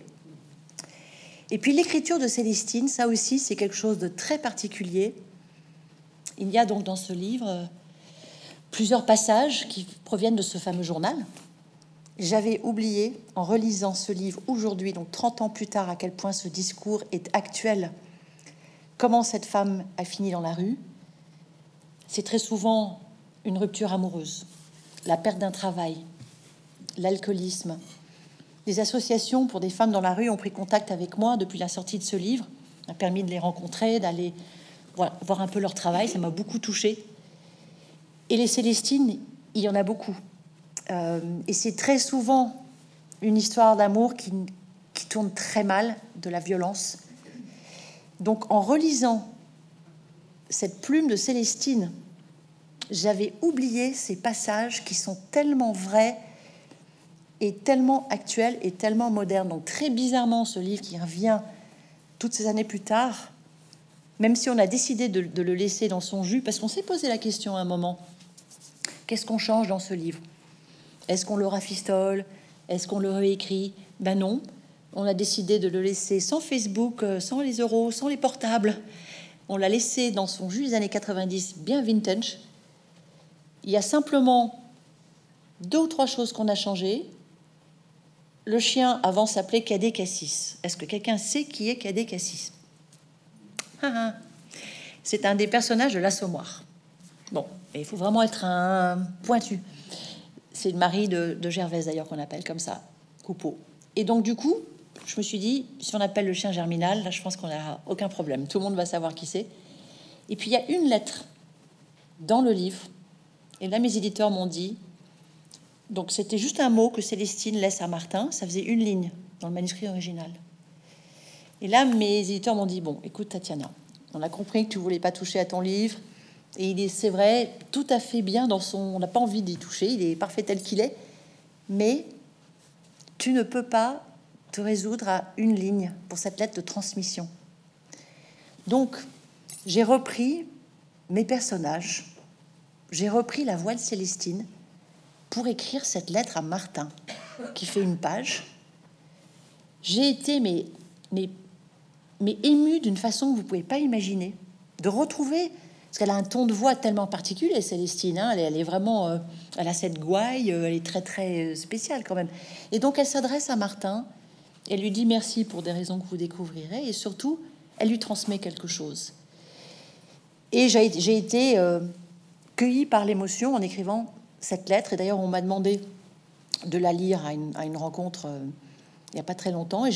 Et puis l'écriture de Célestine, ça aussi, c'est quelque chose de très particulier. Il y a donc dans ce livre plusieurs passages qui proviennent de ce fameux journal. J'avais oublié, en relisant ce livre aujourd'hui, donc 30 ans plus tard, à quel point ce discours est actuel. Comment cette femme a fini dans la rue. C'est très souvent une rupture amoureuse, la perte d'un travail, l'alcoolisme. Des associations pour des femmes dans la rue ont pris contact avec moi depuis la sortie de ce livre. Ça m'a permis de les rencontrer, d'aller voir un peu leur travail. Ça m'a beaucoup touchée. Et les Célestines, il y en a beaucoup. Et c'est très souvent une histoire d'amour qui tourne très mal, de la violence. Donc, en relisant cette plume de Célestine, j'avais oublié ces passages qui sont tellement vrais et tellement actuels et tellement modernes. Donc, très bizarrement, ce livre qui revient toutes ces années plus tard, même si on a décidé de le laisser dans son jus, parce qu'on s'est posé la question à un moment, qu'est-ce qu'on change dans ce livre? Est-ce qu'on le rafistole? Est-ce qu'on le réécrit? Ben non, on a décidé de le laisser sans Facebook, sans les euros, sans les portables. On l'a laissé dans son jus des années 90, bien vintage. Il y a simplement 2 ou 3 choses qu'on a changées. Le chien, avant, s'appelait Cadet Cassis. Est-ce que quelqu'un sait qui est Cadet Cassis? C'est un des personnages de l'Assommoir. Bon, et il faut vraiment être un pointu. C'est le mari de Gervaise, d'ailleurs, qu'on appelle comme ça, Coupeau. Et donc, du coup, je me suis dit, si on appelle le chien Germinal, là, je pense qu'on n'a aucun problème. Tout le monde va savoir qui c'est. Et puis, il y a une lettre dans le livre. Et là, mes éditeurs m'ont dit... Donc, c'était juste un mot que Célestine laisse à Martin. Ça faisait une ligne dans le manuscrit original. Et là, mes éditeurs m'ont dit, bon, écoute, Tatiana, on a compris que tu voulais pas toucher à ton livre. Et il est, c'est vrai, tout à fait bien dans son... On n'a pas envie d'y toucher, il est parfait tel qu'il est. Mais tu ne peux pas te résoudre à une ligne pour cette lettre de transmission. Donc, j'ai repris mes personnages. J'ai repris la voix de Célestine pour écrire cette lettre à Martin, qui fait une page. J'ai été mais émue d'une façon que vous pouvez pas imaginer, de retrouver, parce qu'elle a un ton de voix tellement particulier, Célestine, hein, elle est vraiment, elle a cette gouaille, elle est très très spéciale quand même. Et donc elle s'adresse à Martin, elle lui dit merci pour des raisons que vous découvrirez, et surtout, elle lui transmet quelque chose. Et j'ai été cueillie par l'émotion en écrivant cette lettre, et d'ailleurs on m'a demandé de la lire à une rencontre il n'y a pas très longtemps, et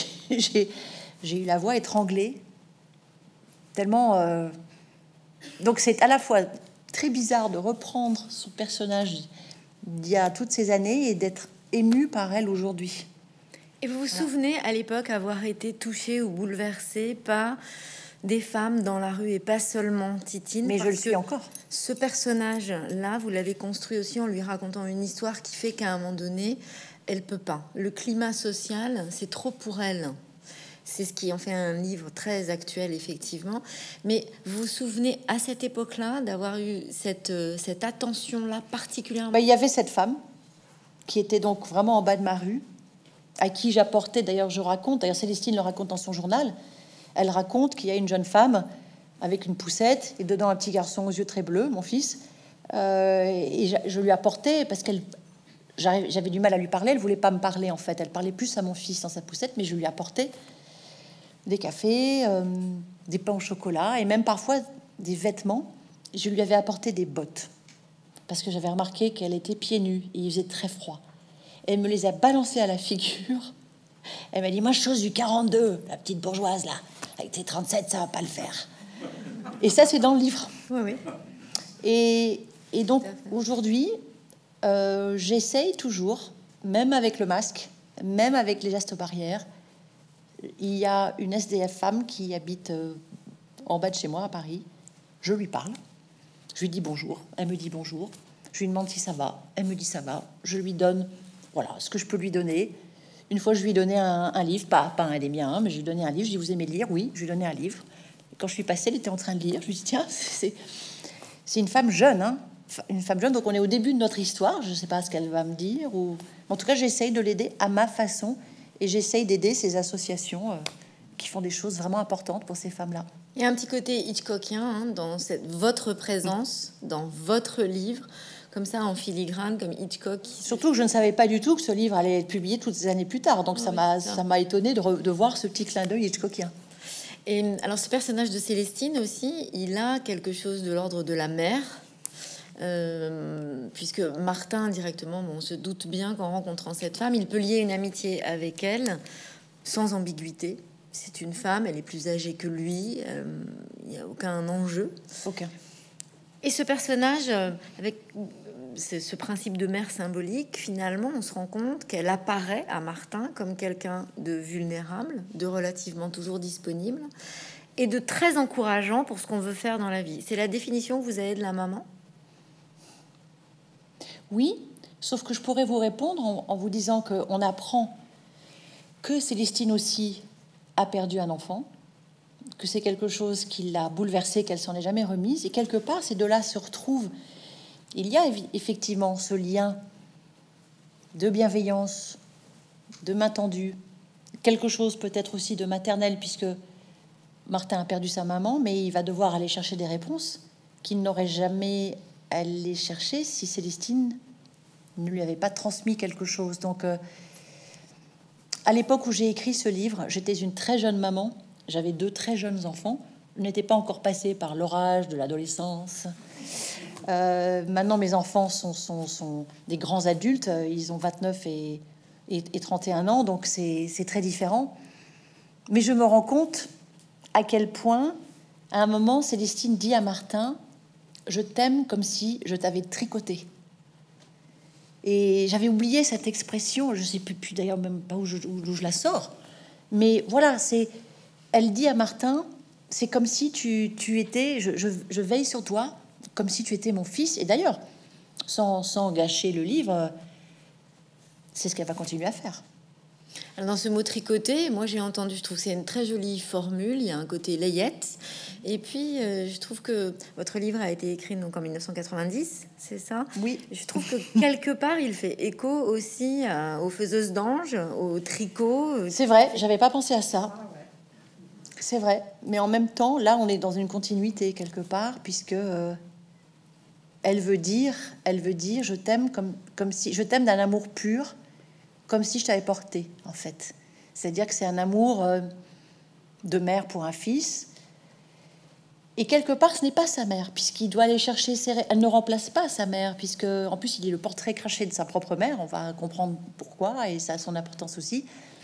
j'ai eu la voix étranglée, tellement... Donc c'est à la fois très bizarre de reprendre son personnage d'il y a toutes ces années et d'être ému par elle aujourd'hui. Et vous vous souvenez à l'époque avoir été touchée ou bouleversée par des femmes dans la rue et pas seulement Titine? Mais je le suis encore. Ce personnage-là, vous l'avez construit aussi en lui racontant une histoire qui fait qu'à un moment donné, elle peut pas. Le climat social, c'est trop pour elle. C'est ce qui en fait un livre très actuel, effectivement. Mais vous vous souvenez, à cette époque-là, d'avoir eu cette attention-là particulièrement? Il y avait cette femme qui était donc vraiment en bas de ma rue, à qui j'apportais, d'ailleurs Célestine le raconte dans son journal, elle raconte qu'il y a une jeune femme avec une poussette et dedans un petit garçon aux yeux très bleus, mon fils, et je lui apportais, parce j'avais du mal à lui parler, elle voulait pas me parler en fait, elle parlait plus à mon fils dans sa poussette, mais je lui apportais des cafés, des pains au chocolat et même parfois des vêtements. Je lui avais apporté des bottes parce que j'avais remarqué qu'elle était pieds nus et il faisait très froid. Elle me les a balancées à la figure. Elle m'a dit, moi je chose du 42, la petite bourgeoise là, avec tes 37 ça va pas le faire. Et ça c'est dans le livre. Oui. Et donc aujourd'hui j'essaye toujours, même avec le masque, même avec les gestes barrières. Il y a une SDF femme qui habite en bas de chez moi à Paris. Je lui parle, je lui dis bonjour, elle me dit bonjour, je lui demande si ça va, elle me dit ça va, je lui donne voilà ce que je peux lui donner. Une fois je lui ai donné un livre, pas un des miens, hein, mais je lui ai donné un livre, je lui ai dit vous aimez lire? Oui, je lui ai donné un livre. Et quand je suis passée, elle était en train de lire, je lui ai dit tiens, c'est une femme jeune, hein, une femme jeune, donc on est au début de notre histoire, je ne sais pas ce qu'elle va me dire, ou en tout cas j'essaye de l'aider à ma façon. Et j'essaye d'aider ces associations qui font des choses vraiment importantes pour ces femmes-là. Il y a un petit côté Hitchcockien hein, dans votre présence, dans votre livre, comme ça en filigrane, comme Hitchcock. Surtout que je ne savais pas du tout que ce livre allait être publié toutes ces années plus tard. Donc ça m'a étonné de voir ce petit clin d'œil Hitchcockien. Et alors ce personnage de Célestine aussi, il a quelque chose de l'ordre de la mère. Puisque Martin directement, on se doute bien qu'en rencontrant cette femme, il peut lier une amitié avec elle sans ambiguïté. C'est une femme, elle est plus âgée que lui, il n'y a aucun enjeu. Aucun. Et ce personnage, avec ce principe de mère symbolique, finalement, on se rend compte qu'elle apparaît à Martin comme quelqu'un de vulnérable, de relativement toujours disponible et de très encourageant pour ce qu'on veut faire dans la vie. C'est la définition que vous avez de la maman? Oui, sauf que je pourrais vous répondre en vous disant qu'on apprend que Célestine aussi a perdu un enfant, que c'est quelque chose qui l'a bouleversée, qu'elle s'en est jamais remise, et quelque part, ces deux-là se retrouvent. Il y a effectivement ce lien de bienveillance, de main tendue, quelque chose peut-être aussi de maternel, puisque Martin a perdu sa maman, mais il va devoir aller chercher des réponses qu'il n'aurait jamais aller chercher si Célestine ne lui avait pas transmis quelque chose. Donc, à l'époque où j'ai écrit ce livre, j'étais une très jeune maman, j'avais 2 très jeunes enfants, n'étais pas encore passée par l'orage de l'adolescence. Maintenant, mes enfants sont des grands adultes. Ils ont 29 et 31 ans, donc c'est très différent. Mais je me rends compte à quel point, à un moment, Célestine dit à Martin, je t'aime comme si je t'avais tricoté. Et j'avais oublié cette expression, je sais plus d'ailleurs même pas où je la sors. Mais voilà, elle dit à Martin, c'est comme si tu étais, je veille sur toi, comme si tu étais mon fils. Et d'ailleurs, sans gâcher le livre, c'est ce qu'elle va continuer à faire. Alors dans ce mot tricoter, moi j'ai entendu, je trouve que c'est une très jolie formule, il y a un côté layette, et puis je trouve que votre livre a été écrit donc en 1990, c'est ça? Oui. Je trouve que quelque part il fait écho aussi aux faiseuses d'anges, au tricot. C'est vrai, j'avais pas pensé à ça. C'est vrai, mais en même temps, là on est dans une continuité quelque part, puisque elle veut dire je t'aime comme si je t'aime d'un amour pur, comme si je t'avais porté, en fait. C'est-à-dire que c'est un amour de mère pour un fils. Et quelque part, ce n'est pas sa mère, puisqu'il doit aller chercher Elle ne remplace pas sa mère, puisque, en plus, il est le portrait craché de sa propre mère. On va comprendre pourquoi, et ça a son importance aussi.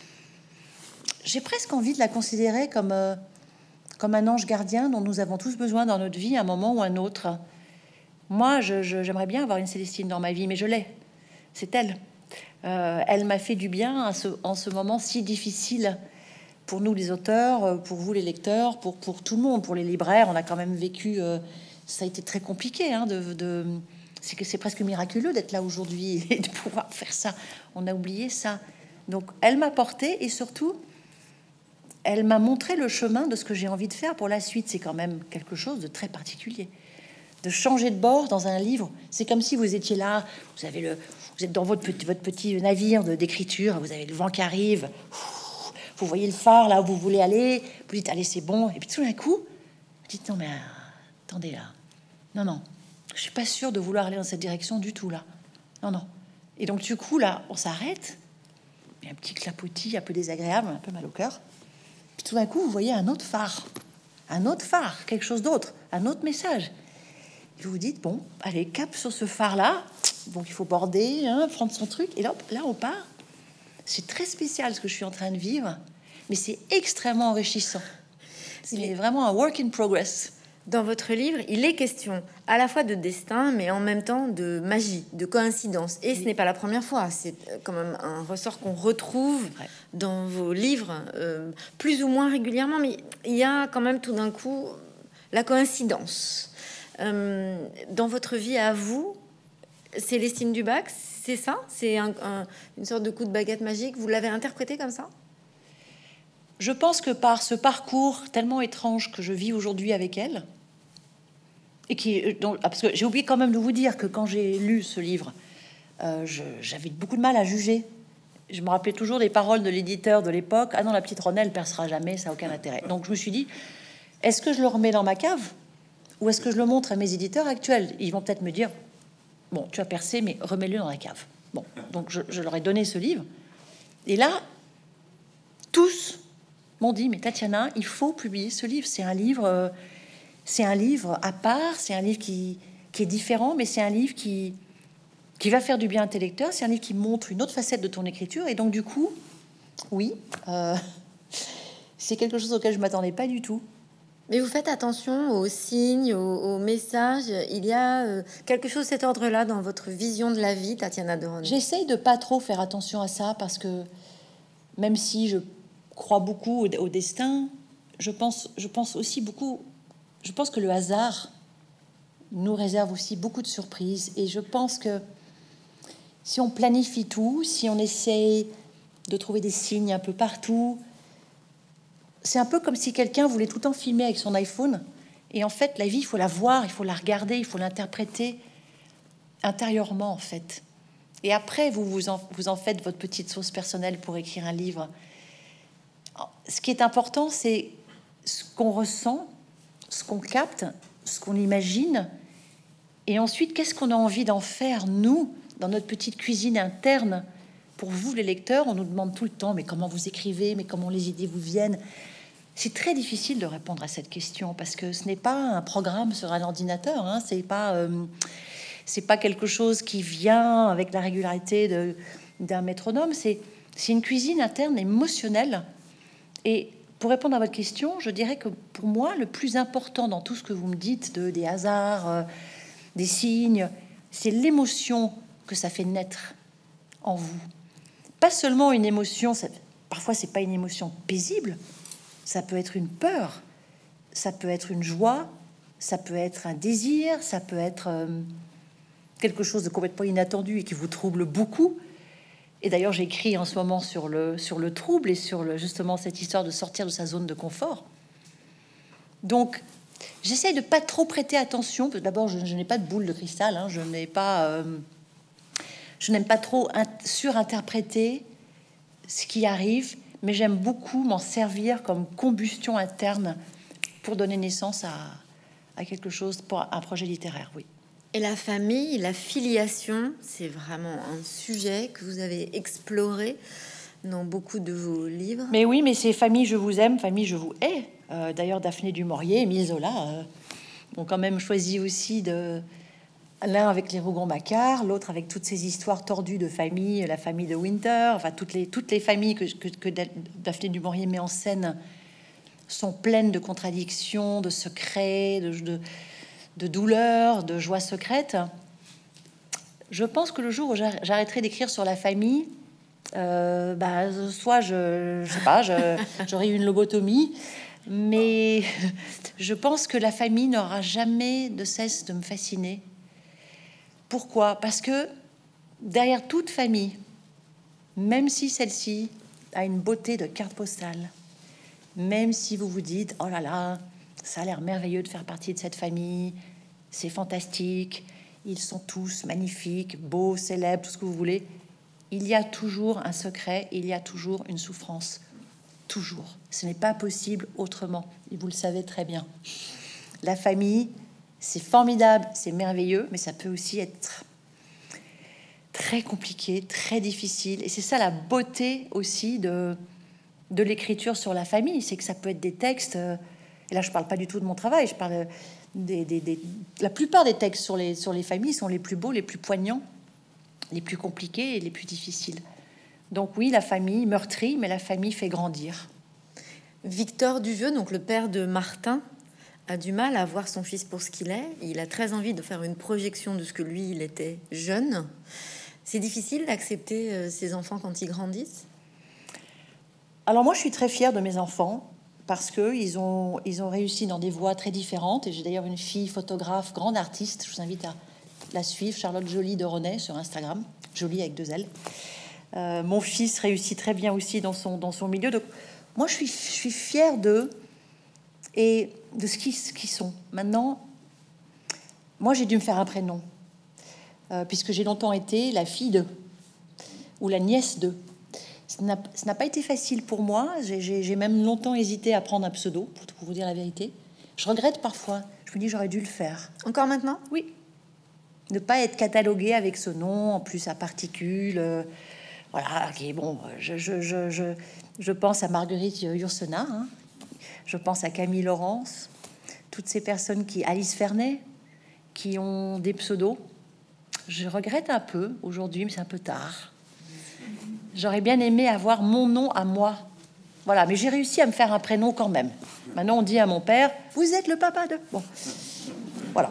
J'ai presque envie de la considérer comme un ange gardien dont nous avons tous besoin dans notre vie, à un moment ou un autre. Moi, j'aimerais bien avoir une Célestine dans ma vie, mais je l'ai. C'est elle. Elle m'a fait du bien en ce moment si difficile pour nous les auteurs, pour vous les lecteurs, pour tout le monde, pour les libraires. On a quand même vécu, ça a été très compliqué. C'est presque miraculeux d'être là aujourd'hui et de pouvoir faire ça. On a oublié ça. Donc elle m'a porté et surtout, elle m'a montré le chemin de ce que j'ai envie de faire pour la suite. C'est quand même quelque chose de très particulier. De changer de bord dans un livre, c'est comme si vous étiez là, vous êtes dans votre petit navire d'écriture, vous avez le vent qui arrive, vous voyez le phare là où vous voulez aller, vous dites allez c'est bon, et puis tout d'un coup, vous dites non mais attendez là, non, je suis pas sûre de vouloir aller dans cette direction du tout là, non, et donc du coup là, on s'arrête, il y a un petit clapotis un peu désagréable, un peu mal au cœur, puis tout d'un coup vous voyez un autre phare, quelque chose d'autre, un autre message. Et vous vous dites, bon, allez, cap sur ce phare-là. Donc, il faut border, prendre son truc. Et là, on part. C'est très spécial ce que je suis en train de vivre. Mais c'est extrêmement enrichissant. C'est vraiment un work in progress. Dans votre livre, il est question à la fois de destin, mais en même temps de magie, de coïncidence. Et ce n'est pas la première fois. C'est quand même un ressort qu'on retrouve dans vos livres, plus ou moins régulièrement. Mais il y a quand même tout d'un coup la coïncidence. Dans votre vie à vous, Célestine Dubac, c'est ça? C'est une sorte de coup de baguette magique? Vous l'avez interprété comme ça? Je pense que par ce parcours tellement étrange que je vis aujourd'hui avec elle, et parce que j'ai oublié quand même de vous dire que quand j'ai lu ce livre, j'avais beaucoup de mal à juger. Je me rappelais toujours des paroles de l'éditeur de l'époque. Ah non, la petite Ronelle percera jamais, ça n'a aucun intérêt. Donc je me suis dit, est-ce que je le remets dans ma cave? Ou est-ce que je le montre à mes éditeurs actuels? Ils vont peut-être me dire, bon, tu as percé, mais remets-le dans la cave. Bon, donc je leur ai donné ce livre. Et là, tous m'ont dit, mais Tatiana, il faut publier ce livre. C'est un livre à part, c'est un livre qui est différent, mais c'est un livre qui va faire du bien à un lecteur. C'est un livre qui montre une autre facette de ton écriture. Et donc, du coup, oui, c'est quelque chose auquel je m'attendais pas du tout. Mais vous faites attention aux signes, aux messages. Il y a quelque chose de cet ordre-là dans votre vision de la vie, Tatiana de Ronay. J'essaye de pas trop faire attention à ça parce que même si je crois beaucoup au destin, je pense aussi beaucoup. Je pense que le hasard nous réserve aussi beaucoup de surprises. Et je pense que si on planifie tout, si on essaye de trouver des signes un peu partout, c'est un peu comme si quelqu'un voulait tout le temps filmer avec son iPhone. Et en fait, la vie, il faut la voir, il faut la regarder, il faut l'interpréter intérieurement, en fait. Et après, vous en faites votre petite sauce personnelle pour écrire un livre. Ce qui est important, c'est ce qu'on ressent, ce qu'on capte, ce qu'on imagine. Et ensuite, qu'est-ce qu'on a envie d'en faire, nous, dans notre petite cuisine interne. Pour vous, les lecteurs, on nous demande tout le temps, mais comment vous écrivez, mais comment les idées vous viennent. C'est très difficile de répondre à cette question parce que ce n'est pas un programme sur un ordinateur, hein, c'est pas quelque chose qui vient avec la régularité d'un métronome, c'est une cuisine interne émotionnelle. Et pour répondre à votre question, je dirais que pour moi, le plus important dans tout ce que vous me dites, des hasards, des signes, c'est l'émotion que ça fait naître en vous. Pas seulement une émotion, parfois c'est pas une émotion paisible, ça peut être une peur, ça peut être une joie, ça peut être un désir, ça peut être quelque chose de complètement inattendu et qui vous trouble beaucoup. Et d'ailleurs, j'écris en ce moment sur le trouble et sur justement cette histoire de sortir de sa zone de confort. Donc, j'essaye de pas trop prêter attention. D'abord, je n'ai pas de boule de cristal. Hein, je n'aime pas trop surinterpréter ce qui arrive, mais j'aime beaucoup m'en servir comme combustion interne pour donner naissance à quelque chose, pour un projet littéraire, oui. Et la famille, la filiation, c'est vraiment un sujet que vous avez exploré dans beaucoup de vos livres. Mais oui, mais c'est famille, je vous aime, famille, je vous hais. D'ailleurs, Daphné du Maurier et Émile Zola ont quand même choisi aussi l'un avec les Rougon-Macquart, l'autre avec toutes ces histoires tordues de famille, la famille de Winter, enfin toutes les familles que Daphné du Maurier met en scène sont pleines de contradictions, de secrets, de douleurs, de joie secrète. Je pense que le jour où j'arrêterai d'écrire sur la famille, soit je sais pas, j'aurai eu une lobotomie, mais je pense que la famille n'aura jamais de cesse de me fasciner. Pourquoi? Parce que derrière toute famille, même si celle-ci a une beauté de carte postale, même si vous vous dites « Oh là là, ça a l'air merveilleux de faire partie de cette famille, c'est fantastique, ils sont tous magnifiques, beaux, célèbres, tout ce que vous voulez », il y a toujours un secret, il y a toujours une souffrance. Toujours. Ce n'est pas possible autrement. Et vous le savez très bien. La famille, c'est formidable, c'est merveilleux, mais ça peut aussi être très compliqué, très difficile. Et c'est ça la beauté aussi de l'écriture sur la famille, c'est que ça peut être des textes... Et là, je parle pas du tout de mon travail, je parle la plupart des textes sur les familles sont les plus beaux, les plus poignants, les plus compliqués et les plus difficiles. Donc oui, la famille meurtrit, mais la famille fait grandir. Victor Duvieux, donc le père de Martin, a du mal à voir son fils pour ce qu'il est. Il a très envie de faire une projection de ce que lui, il était jeune. C'est difficile d'accepter ses enfants quand ils grandissent? Alors moi, je suis très fière de mes enfants parce que ils ont réussi dans des voies très différentes. Et j'ai d'ailleurs une fille photographe, grande artiste. Je vous invite à la suivre, Charlotte Joly de René sur Instagram, Joly avec 2 L. Mon fils réussit très bien aussi dans son milieu. Donc moi, je suis fière d'eux et de ce qu'ils sont. Maintenant, moi, j'ai dû me faire un prénom puisque j'ai longtemps été la fille de ou la nièce de. Ça n'a pas été facile pour moi. J'ai même longtemps hésité à prendre un pseudo, pour vous dire la vérité. Je regrette parfois. Je me dis, j'aurais dû le faire. Encore maintenant? Oui. Ne pas être catalogué avec ce nom, en plus à particules. Voilà, qui est bon. Je pense à Marguerite Yourcenar. Hein. Je pense à Camille Laurence. Toutes ces personnes Alice Fernet, qui ont des pseudos. Je regrette un peu aujourd'hui, mais c'est un peu tard. J'aurais bien aimé avoir mon nom à moi. Voilà, mais j'ai réussi à me faire un prénom quand même. Maintenant, on dit à mon père, vous êtes le papa de... Bon, voilà.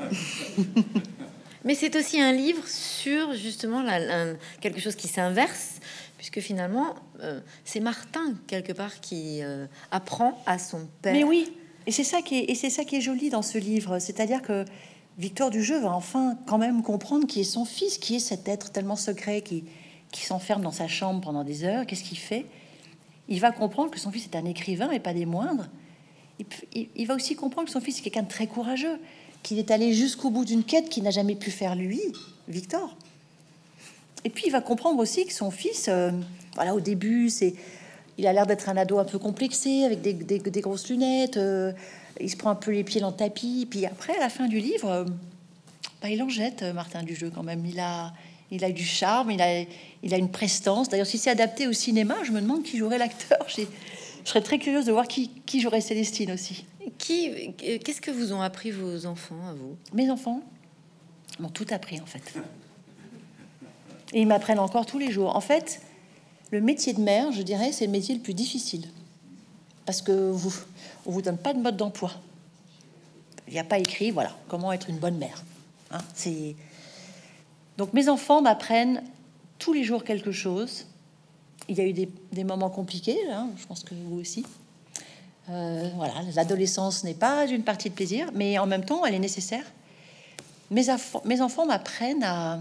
Mais c'est aussi un livre sur, justement, quelque chose qui s'inverse, puisque finalement, c'est Martin, quelque part, qui apprend à son père. Mais oui, et c'est ça qui est joli dans ce livre. C'est-à-dire que Victor Duvieux va enfin quand même comprendre qui est son fils, qui est cet être tellement secret qui s'enferme dans sa chambre pendant des heures. Qu'est-ce qu'il fait? Il va comprendre que son fils est un écrivain et pas des moindres. Il va aussi comprendre que son fils est quelqu'un de très courageux, qu'il est allé jusqu'au bout d'une quête qu'il n'a jamais pu faire lui, Victor. Et puis il va comprendre aussi que son fils, voilà, au début, il a l'air d'être un ado un peu complexé, avec des grosses lunettes. Il se prend un peu les pieds dans le tapis. Puis après, à la fin du livre, il en jette, Martin Duvieux, quand même. Il a du charme, il a une prestance. D'ailleurs, si c'est adapté au cinéma, je me demande qui jouerait l'acteur. Je serais très curieuse de voir qui jouerait Célestine aussi. Qu'est-ce que vous ont appris vos enfants à vous? Mes enfants m'ont tout appris, en fait. Et ils m'apprennent encore tous les jours. En fait, le métier de mère, je dirais, c'est le métier le plus difficile. Parce que on vous donne pas de mode d'emploi. Il n'y a pas écrit, voilà, comment être une bonne mère. Hein, donc mes enfants m'apprennent tous les jours quelque chose. Il y a eu des moments compliqués, hein, je pense que vous aussi. Voilà, l'adolescence n'est pas une partie de plaisir, mais en même temps, elle est nécessaire. Mes enfants m'apprennent à...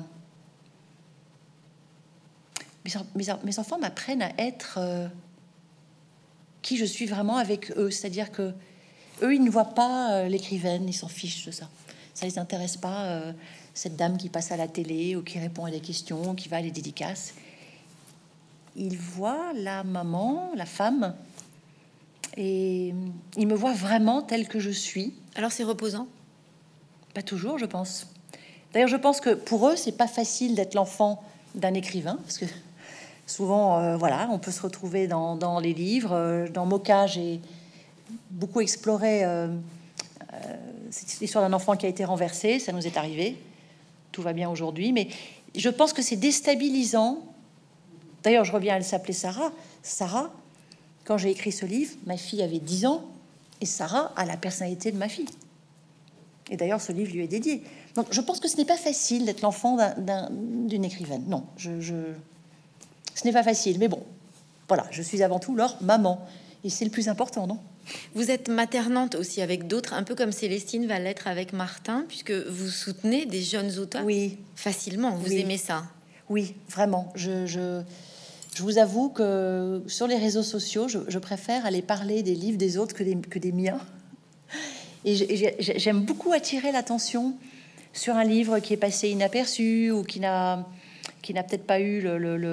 Mes enfants m'apprennent à être qui je suis vraiment avec eux. C'est-à-dire que eux, ils ne voient pas l'écrivaine, ils s'en fichent de ça. Ça les intéresse pas, cette dame qui passe à la télé ou qui répond à des questions, qui va à les dédicaces. Ils voient la maman, la femme, et ils me voient vraiment telle que je suis. Alors c'est reposant? Pas toujours, je pense. D'ailleurs, je pense que pour eux, c'est pas facile d'être l'enfant d'un écrivain, parce que souvent, voilà, on peut se retrouver dans les livres. Dans Moka, j'ai beaucoup exploré c'est l'histoire d'un enfant qui a été renversé. Ça nous est arrivé. Tout va bien aujourd'hui, mais je pense que c'est déstabilisant. D'ailleurs, je reviens, elle s'appelait Sarah. Sarah, quand j'ai écrit ce livre, ma fille avait 10 ans, et Sarah a la personnalité de ma fille. Et d'ailleurs, ce livre lui est dédié. Donc, je pense que ce n'est pas facile d'être l'enfant d'une écrivaine. Non, ce n'est pas facile. Mais bon, voilà, je suis avant tout leur maman. Et c'est le plus important, non? Vous êtes maternante aussi avec d'autres, un peu comme Célestine va l'être avec Martin, puisque vous soutenez des jeunes auteurs. Oui. Facilement, vous Oui. aimez ça? Oui, vraiment. Je vous avoue que sur les réseaux sociaux, je préfère aller parler des livres des autres que des miens. Et j'aime beaucoup attirer l'attention sur un livre qui est passé inaperçu ou qui n'a peut-être pas eu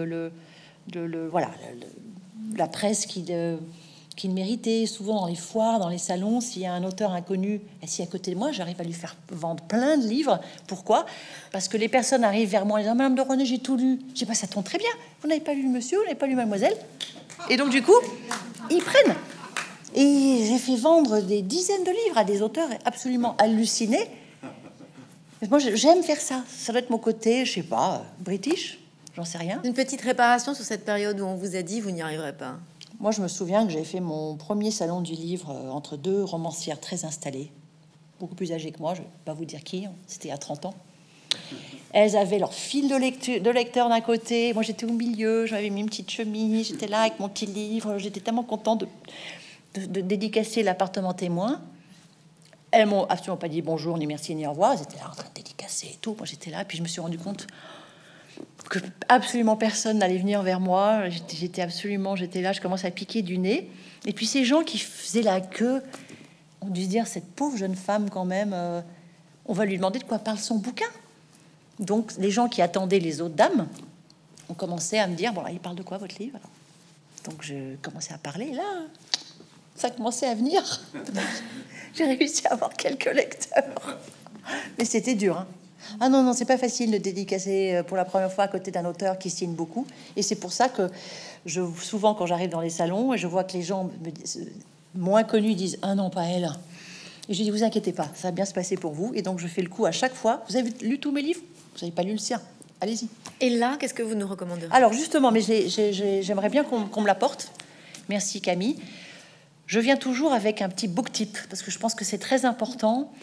la presse qu'il méritait. Souvent dans les foires, dans les salons, s'il y a un auteur inconnu assis à côté de moi, j'arrive à lui faire vendre plein de livres. Pourquoi? Parce que les personnes arrivent vers moi et disent: Madame de René, j'ai tout lu. Je dis: bah, ça tombe très bien. Vous n'avez pas lu Monsieur, vous n'avez pas lu Mademoiselle. Et donc du coup, ils prennent. Et j'ai fait vendre des dizaines de livres à des auteurs absolument hallucinés. Moi, j'aime faire ça. Ça doit être mon côté, je sais pas, british, j'en sais rien. Une petite réparation sur cette période où on vous a dit vous n'y arriverez pas. Moi, je me souviens que j'ai fait mon premier salon du livre entre deux romancières très installées, beaucoup plus âgées que moi, je ne vais pas vous dire qui, c'était il y a 30 ans. Elles avaient leur fil de lecteur d'un côté, moi j'étais au milieu, j'avais mis une petite chemise, j'étais là avec mon petit livre, j'étais tellement contente de dédicacer l'appartement témoin. Elles m'ont absolument pas dit bonjour, ni merci, ni au revoir. Elles étaient là en train de dédicacer et tout. Moi, j'étais là, puis je me suis rendu compte que absolument personne n'allait venir vers moi. J'étais là, je commence à piquer du nez. Et puis ces gens qui faisaient la queue ont dû se dire: cette pauvre jeune femme, quand même, on va lui demander de quoi parle son bouquin. Donc, les gens qui attendaient les autres dames ont commencé à me dire: bon, là, il parle de quoi votre livre? Donc, je commençais à parler, et là, ça commençait à venir. J'ai réussi à avoir quelques lecteurs, mais c'était dur, hein. Ah non, c'est pas facile de dédicacer pour la première fois à côté d'un auteur qui signe beaucoup. Et c'est pour ça que souvent, quand j'arrive dans les salons et je vois que les gens moins connus disent: ah non, pas elle. Et je dis: vous inquiétez pas, ça va bien se passer pour vous. Et donc je fais le coup à chaque fois: vous avez lu tous mes livres? Vous n'avez pas lu le sien? Allez-y. Et là, qu'est-ce que vous nous recommandez? Alors justement, mais j'aimerais bien qu'on me l'apporte. Merci Camille. Je viens toujours avec un petit book tip parce que je pense que c'est très important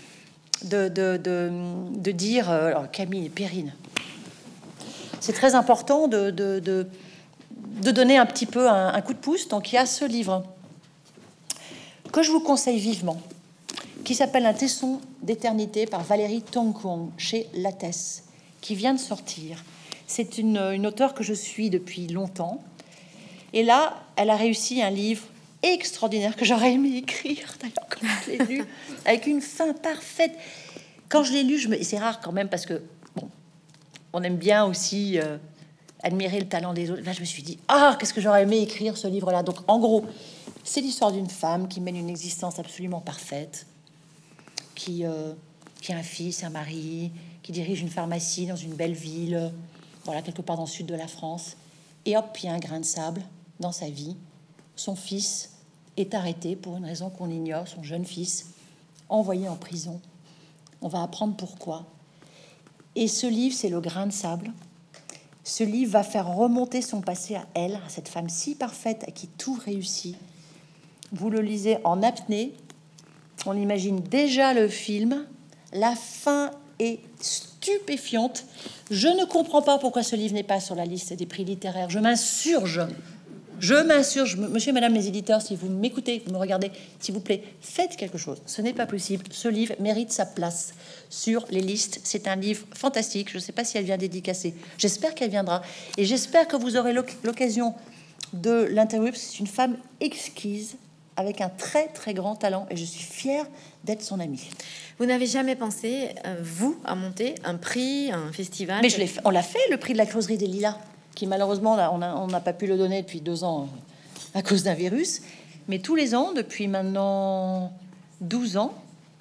de dire. Alors Camille et Perrine, c'est très important de donner un petit peu un coup de pouce. Donc il y a ce livre que je vous conseille vivement, qui s'appelle Un tesson d'éternité par Valérie Tongkwong chez Lattès, qui vient de sortir. C'est une auteure que je suis depuis longtemps. Et là, elle a réussi un livre extraordinaire que j'aurais aimé écrire, d'ailleurs, quand je l'ai lu, avec une fin parfaite. Quand je l'ai lu, c'est rare quand même, parce que, bon, on aime bien aussi admirer le talent des autres. Là, je me suis dit: ah, qu'est-ce que j'aurais aimé écrire ce livre-là. Donc, en gros, c'est l'histoire d'une femme qui mène une existence absolument parfaite, qui a un fils, un mari, qui dirige une pharmacie dans une belle ville, voilà, quelque part dans le sud de la France. Et hop, il y a un grain de sable dans sa vie. Son fils est arrêté pour une raison qu'on ignore, son jeune fils, envoyé en prison. On va apprendre pourquoi. Et ce livre, c'est le grain de sable. Ce livre va faire remonter son passé à elle, à cette femme si parfaite à qui tout réussit. Vous le lisez en apnée, on imagine déjà le film, la fin est stupéfiante. Je ne comprends pas pourquoi ce livre n'est pas sur la liste des prix littéraires. Je m'insurge. Monsieur et madame les éditeurs, si vous m'écoutez, vous me regardez, s'il vous plaît, faites quelque chose. Ce n'est pas possible. Ce livre mérite sa place sur les listes. C'est un livre fantastique. Je ne sais pas si elle vient dédicacer. J'espère qu'elle viendra. Et j'espère que vous aurez l'occasion de l'interviewer. C'est une femme exquise, avec un très, très grand talent. Et je suis fière d'être son amie. Vous n'avez jamais pensé, vous, à monter un prix, un festival? Mais on l'a fait, le prix de la Closerie des Lilas, qui malheureusement, on n'a pas pu le donner depuis 2 ans à cause d'un virus. Mais tous les ans, depuis maintenant 12 ans,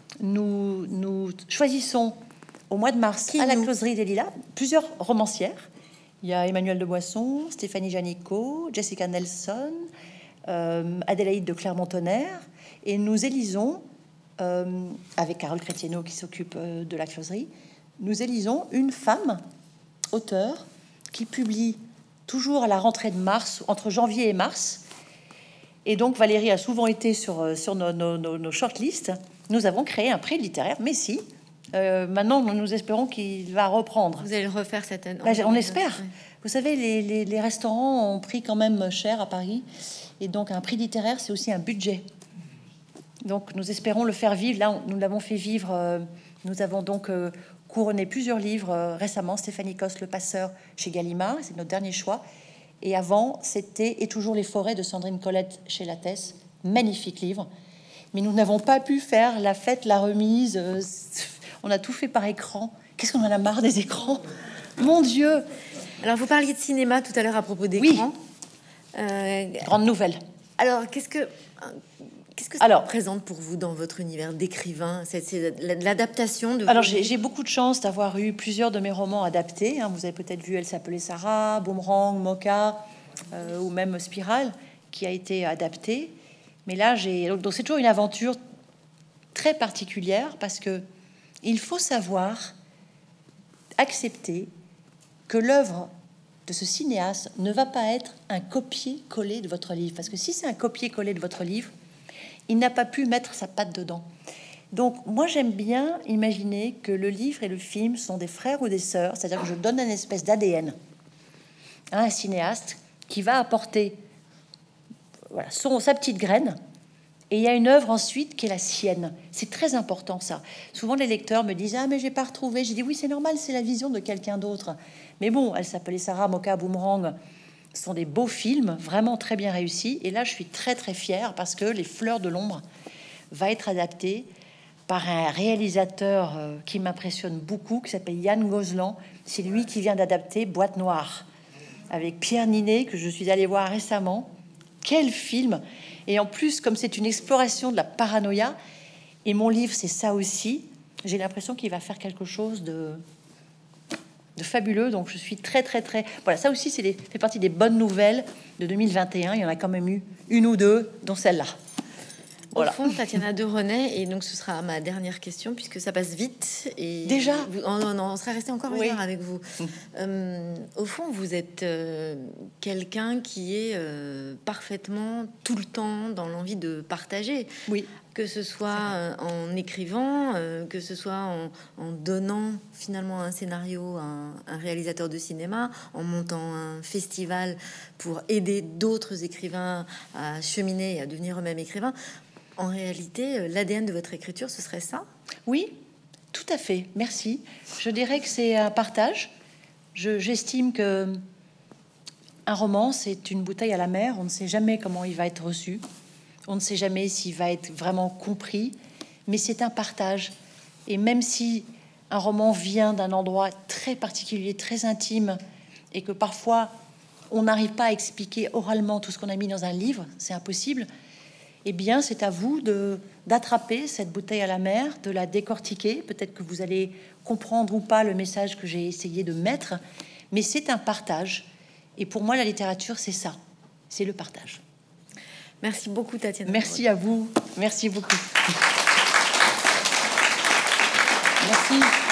nous choisissons au mois de mars à la Closerie des Lilas plusieurs romancières. Il y a Emmanuelle de Boisson, Stéphanie Janicot, Jessica Nelson, Adélaïde de Clermont-Tonnerre. Et nous élisons, avec Carole Chrétienot qui s'occupe de la Closerie, nous élisons une femme auteure qui publie toujours à la rentrée de mars, entre janvier et mars. Et donc Valérie a souvent été sur nos shortlists. Nous avons créé un prix littéraire, mais si, maintenant nous espérons qu'il va reprendre. Vous allez le refaire cette année? On espère. Oui. Vous savez, les restaurants ont pris quand même cher à Paris. Et donc un prix littéraire, c'est aussi un budget. Donc nous espérons le faire vivre. Là, nous l'avons fait vivre. Nous avons donc couronné plusieurs livres récemment. Stéphanie Coste, Le Passeur, chez Gallimard, c'est notre dernier choix. Et avant, c'était Et toujours les forêts de Sandrine Colette chez Lattès. Magnifique livre. Mais nous n'avons pas pu faire la fête, la remise. On a tout fait par écran. Qu'est-ce qu'on en a marre des écrans? Mon Dieu! Alors, vous parliez de cinéma tout à l'heure à propos d'écran. Oui. Grande nouvelle. Alors, qu'est-ce que ça représente pour vous dans votre univers d'écrivain? C'est l'adaptation de... Alors, j'ai beaucoup de chance d'avoir eu plusieurs de mes romans adaptés. Vous avez peut-être vu Elle s'appelait Sarah, Boomerang, Mocha, ou même Spirale, qui a été adapté. Mais là, donc c'est toujours une aventure très particulière parce que il faut savoir accepter que l'œuvre de ce cinéaste ne va pas être un copier-coller de votre livre. Parce que si c'est un copier-coller de votre livre, il n'a pas pu mettre sa patte dedans. Donc, moi, j'aime bien imaginer que le livre et le film sont des frères ou des sœurs, c'est-à-dire que je donne une espèce d'ADN à un cinéaste qui va apporter sa petite graine, et il y a une œuvre ensuite qui est la sienne. C'est très important, ça. Souvent, les lecteurs me disent « Ah, mais j'ai pas retrouvé ». J'ai dit « Oui, c'est normal, c'est la vision de quelqu'un d'autre ». Mais bon, Elle s'appelait Sarah, Mocha, Boomerang sont des beaux films, vraiment très bien réussis. Et là, je suis très, très fière parce que Les Fleurs de l'ombre va être adapté par un réalisateur qui m'impressionne beaucoup, qui s'appelle Yann Gozlan. C'est lui qui vient d'adapter Boîte Noire avec Pierre Ninet, que je suis allée voir récemment. Quel film! Et en plus, comme c'est une exploration de la paranoïa, et mon livre, c'est ça aussi, j'ai l'impression qu'il va faire quelque chose de fabuleux. Donc, je suis très, très, très... Voilà, ça aussi, fait partie des bonnes nouvelles de 2021. Il y en a quand même eu une ou deux, dont celle-là. Voilà. Au fond, Tatiana de René, et donc ce sera ma dernière question, puisque ça passe vite. Et déjà on serait resté encore une heure avec vous. Au fond, vous êtes quelqu'un qui est parfaitement tout le temps dans l'envie de partager. Oui. Que ce soit en écrivant, que ce soit en donnant finalement un scénario à un réalisateur de cinéma, en montant un festival pour aider d'autres écrivains à cheminer et à devenir eux-mêmes écrivains. En réalité, l'ADN de votre écriture, ce serait ça? Oui, tout à fait. Merci. Je dirais que c'est un partage. J'estime que un roman, c'est une bouteille à la mer. On ne sait jamais comment il va être reçu. On ne sait jamais s'il va être vraiment compris. Mais c'est un partage. Et même si un roman vient d'un endroit très particulier, très intime, et que parfois on n'arrive pas à expliquer oralement tout ce qu'on a mis dans un livre, c'est impossible. Eh bien, c'est à vous d'attraper cette bouteille à la mer, de la décortiquer. Peut-être que vous allez comprendre ou pas le message que j'ai essayé de mettre, mais c'est un partage. Et pour moi, la littérature, c'est ça, c'est le partage. Merci beaucoup, Tatiana. Merci à vous. Merci beaucoup. Merci.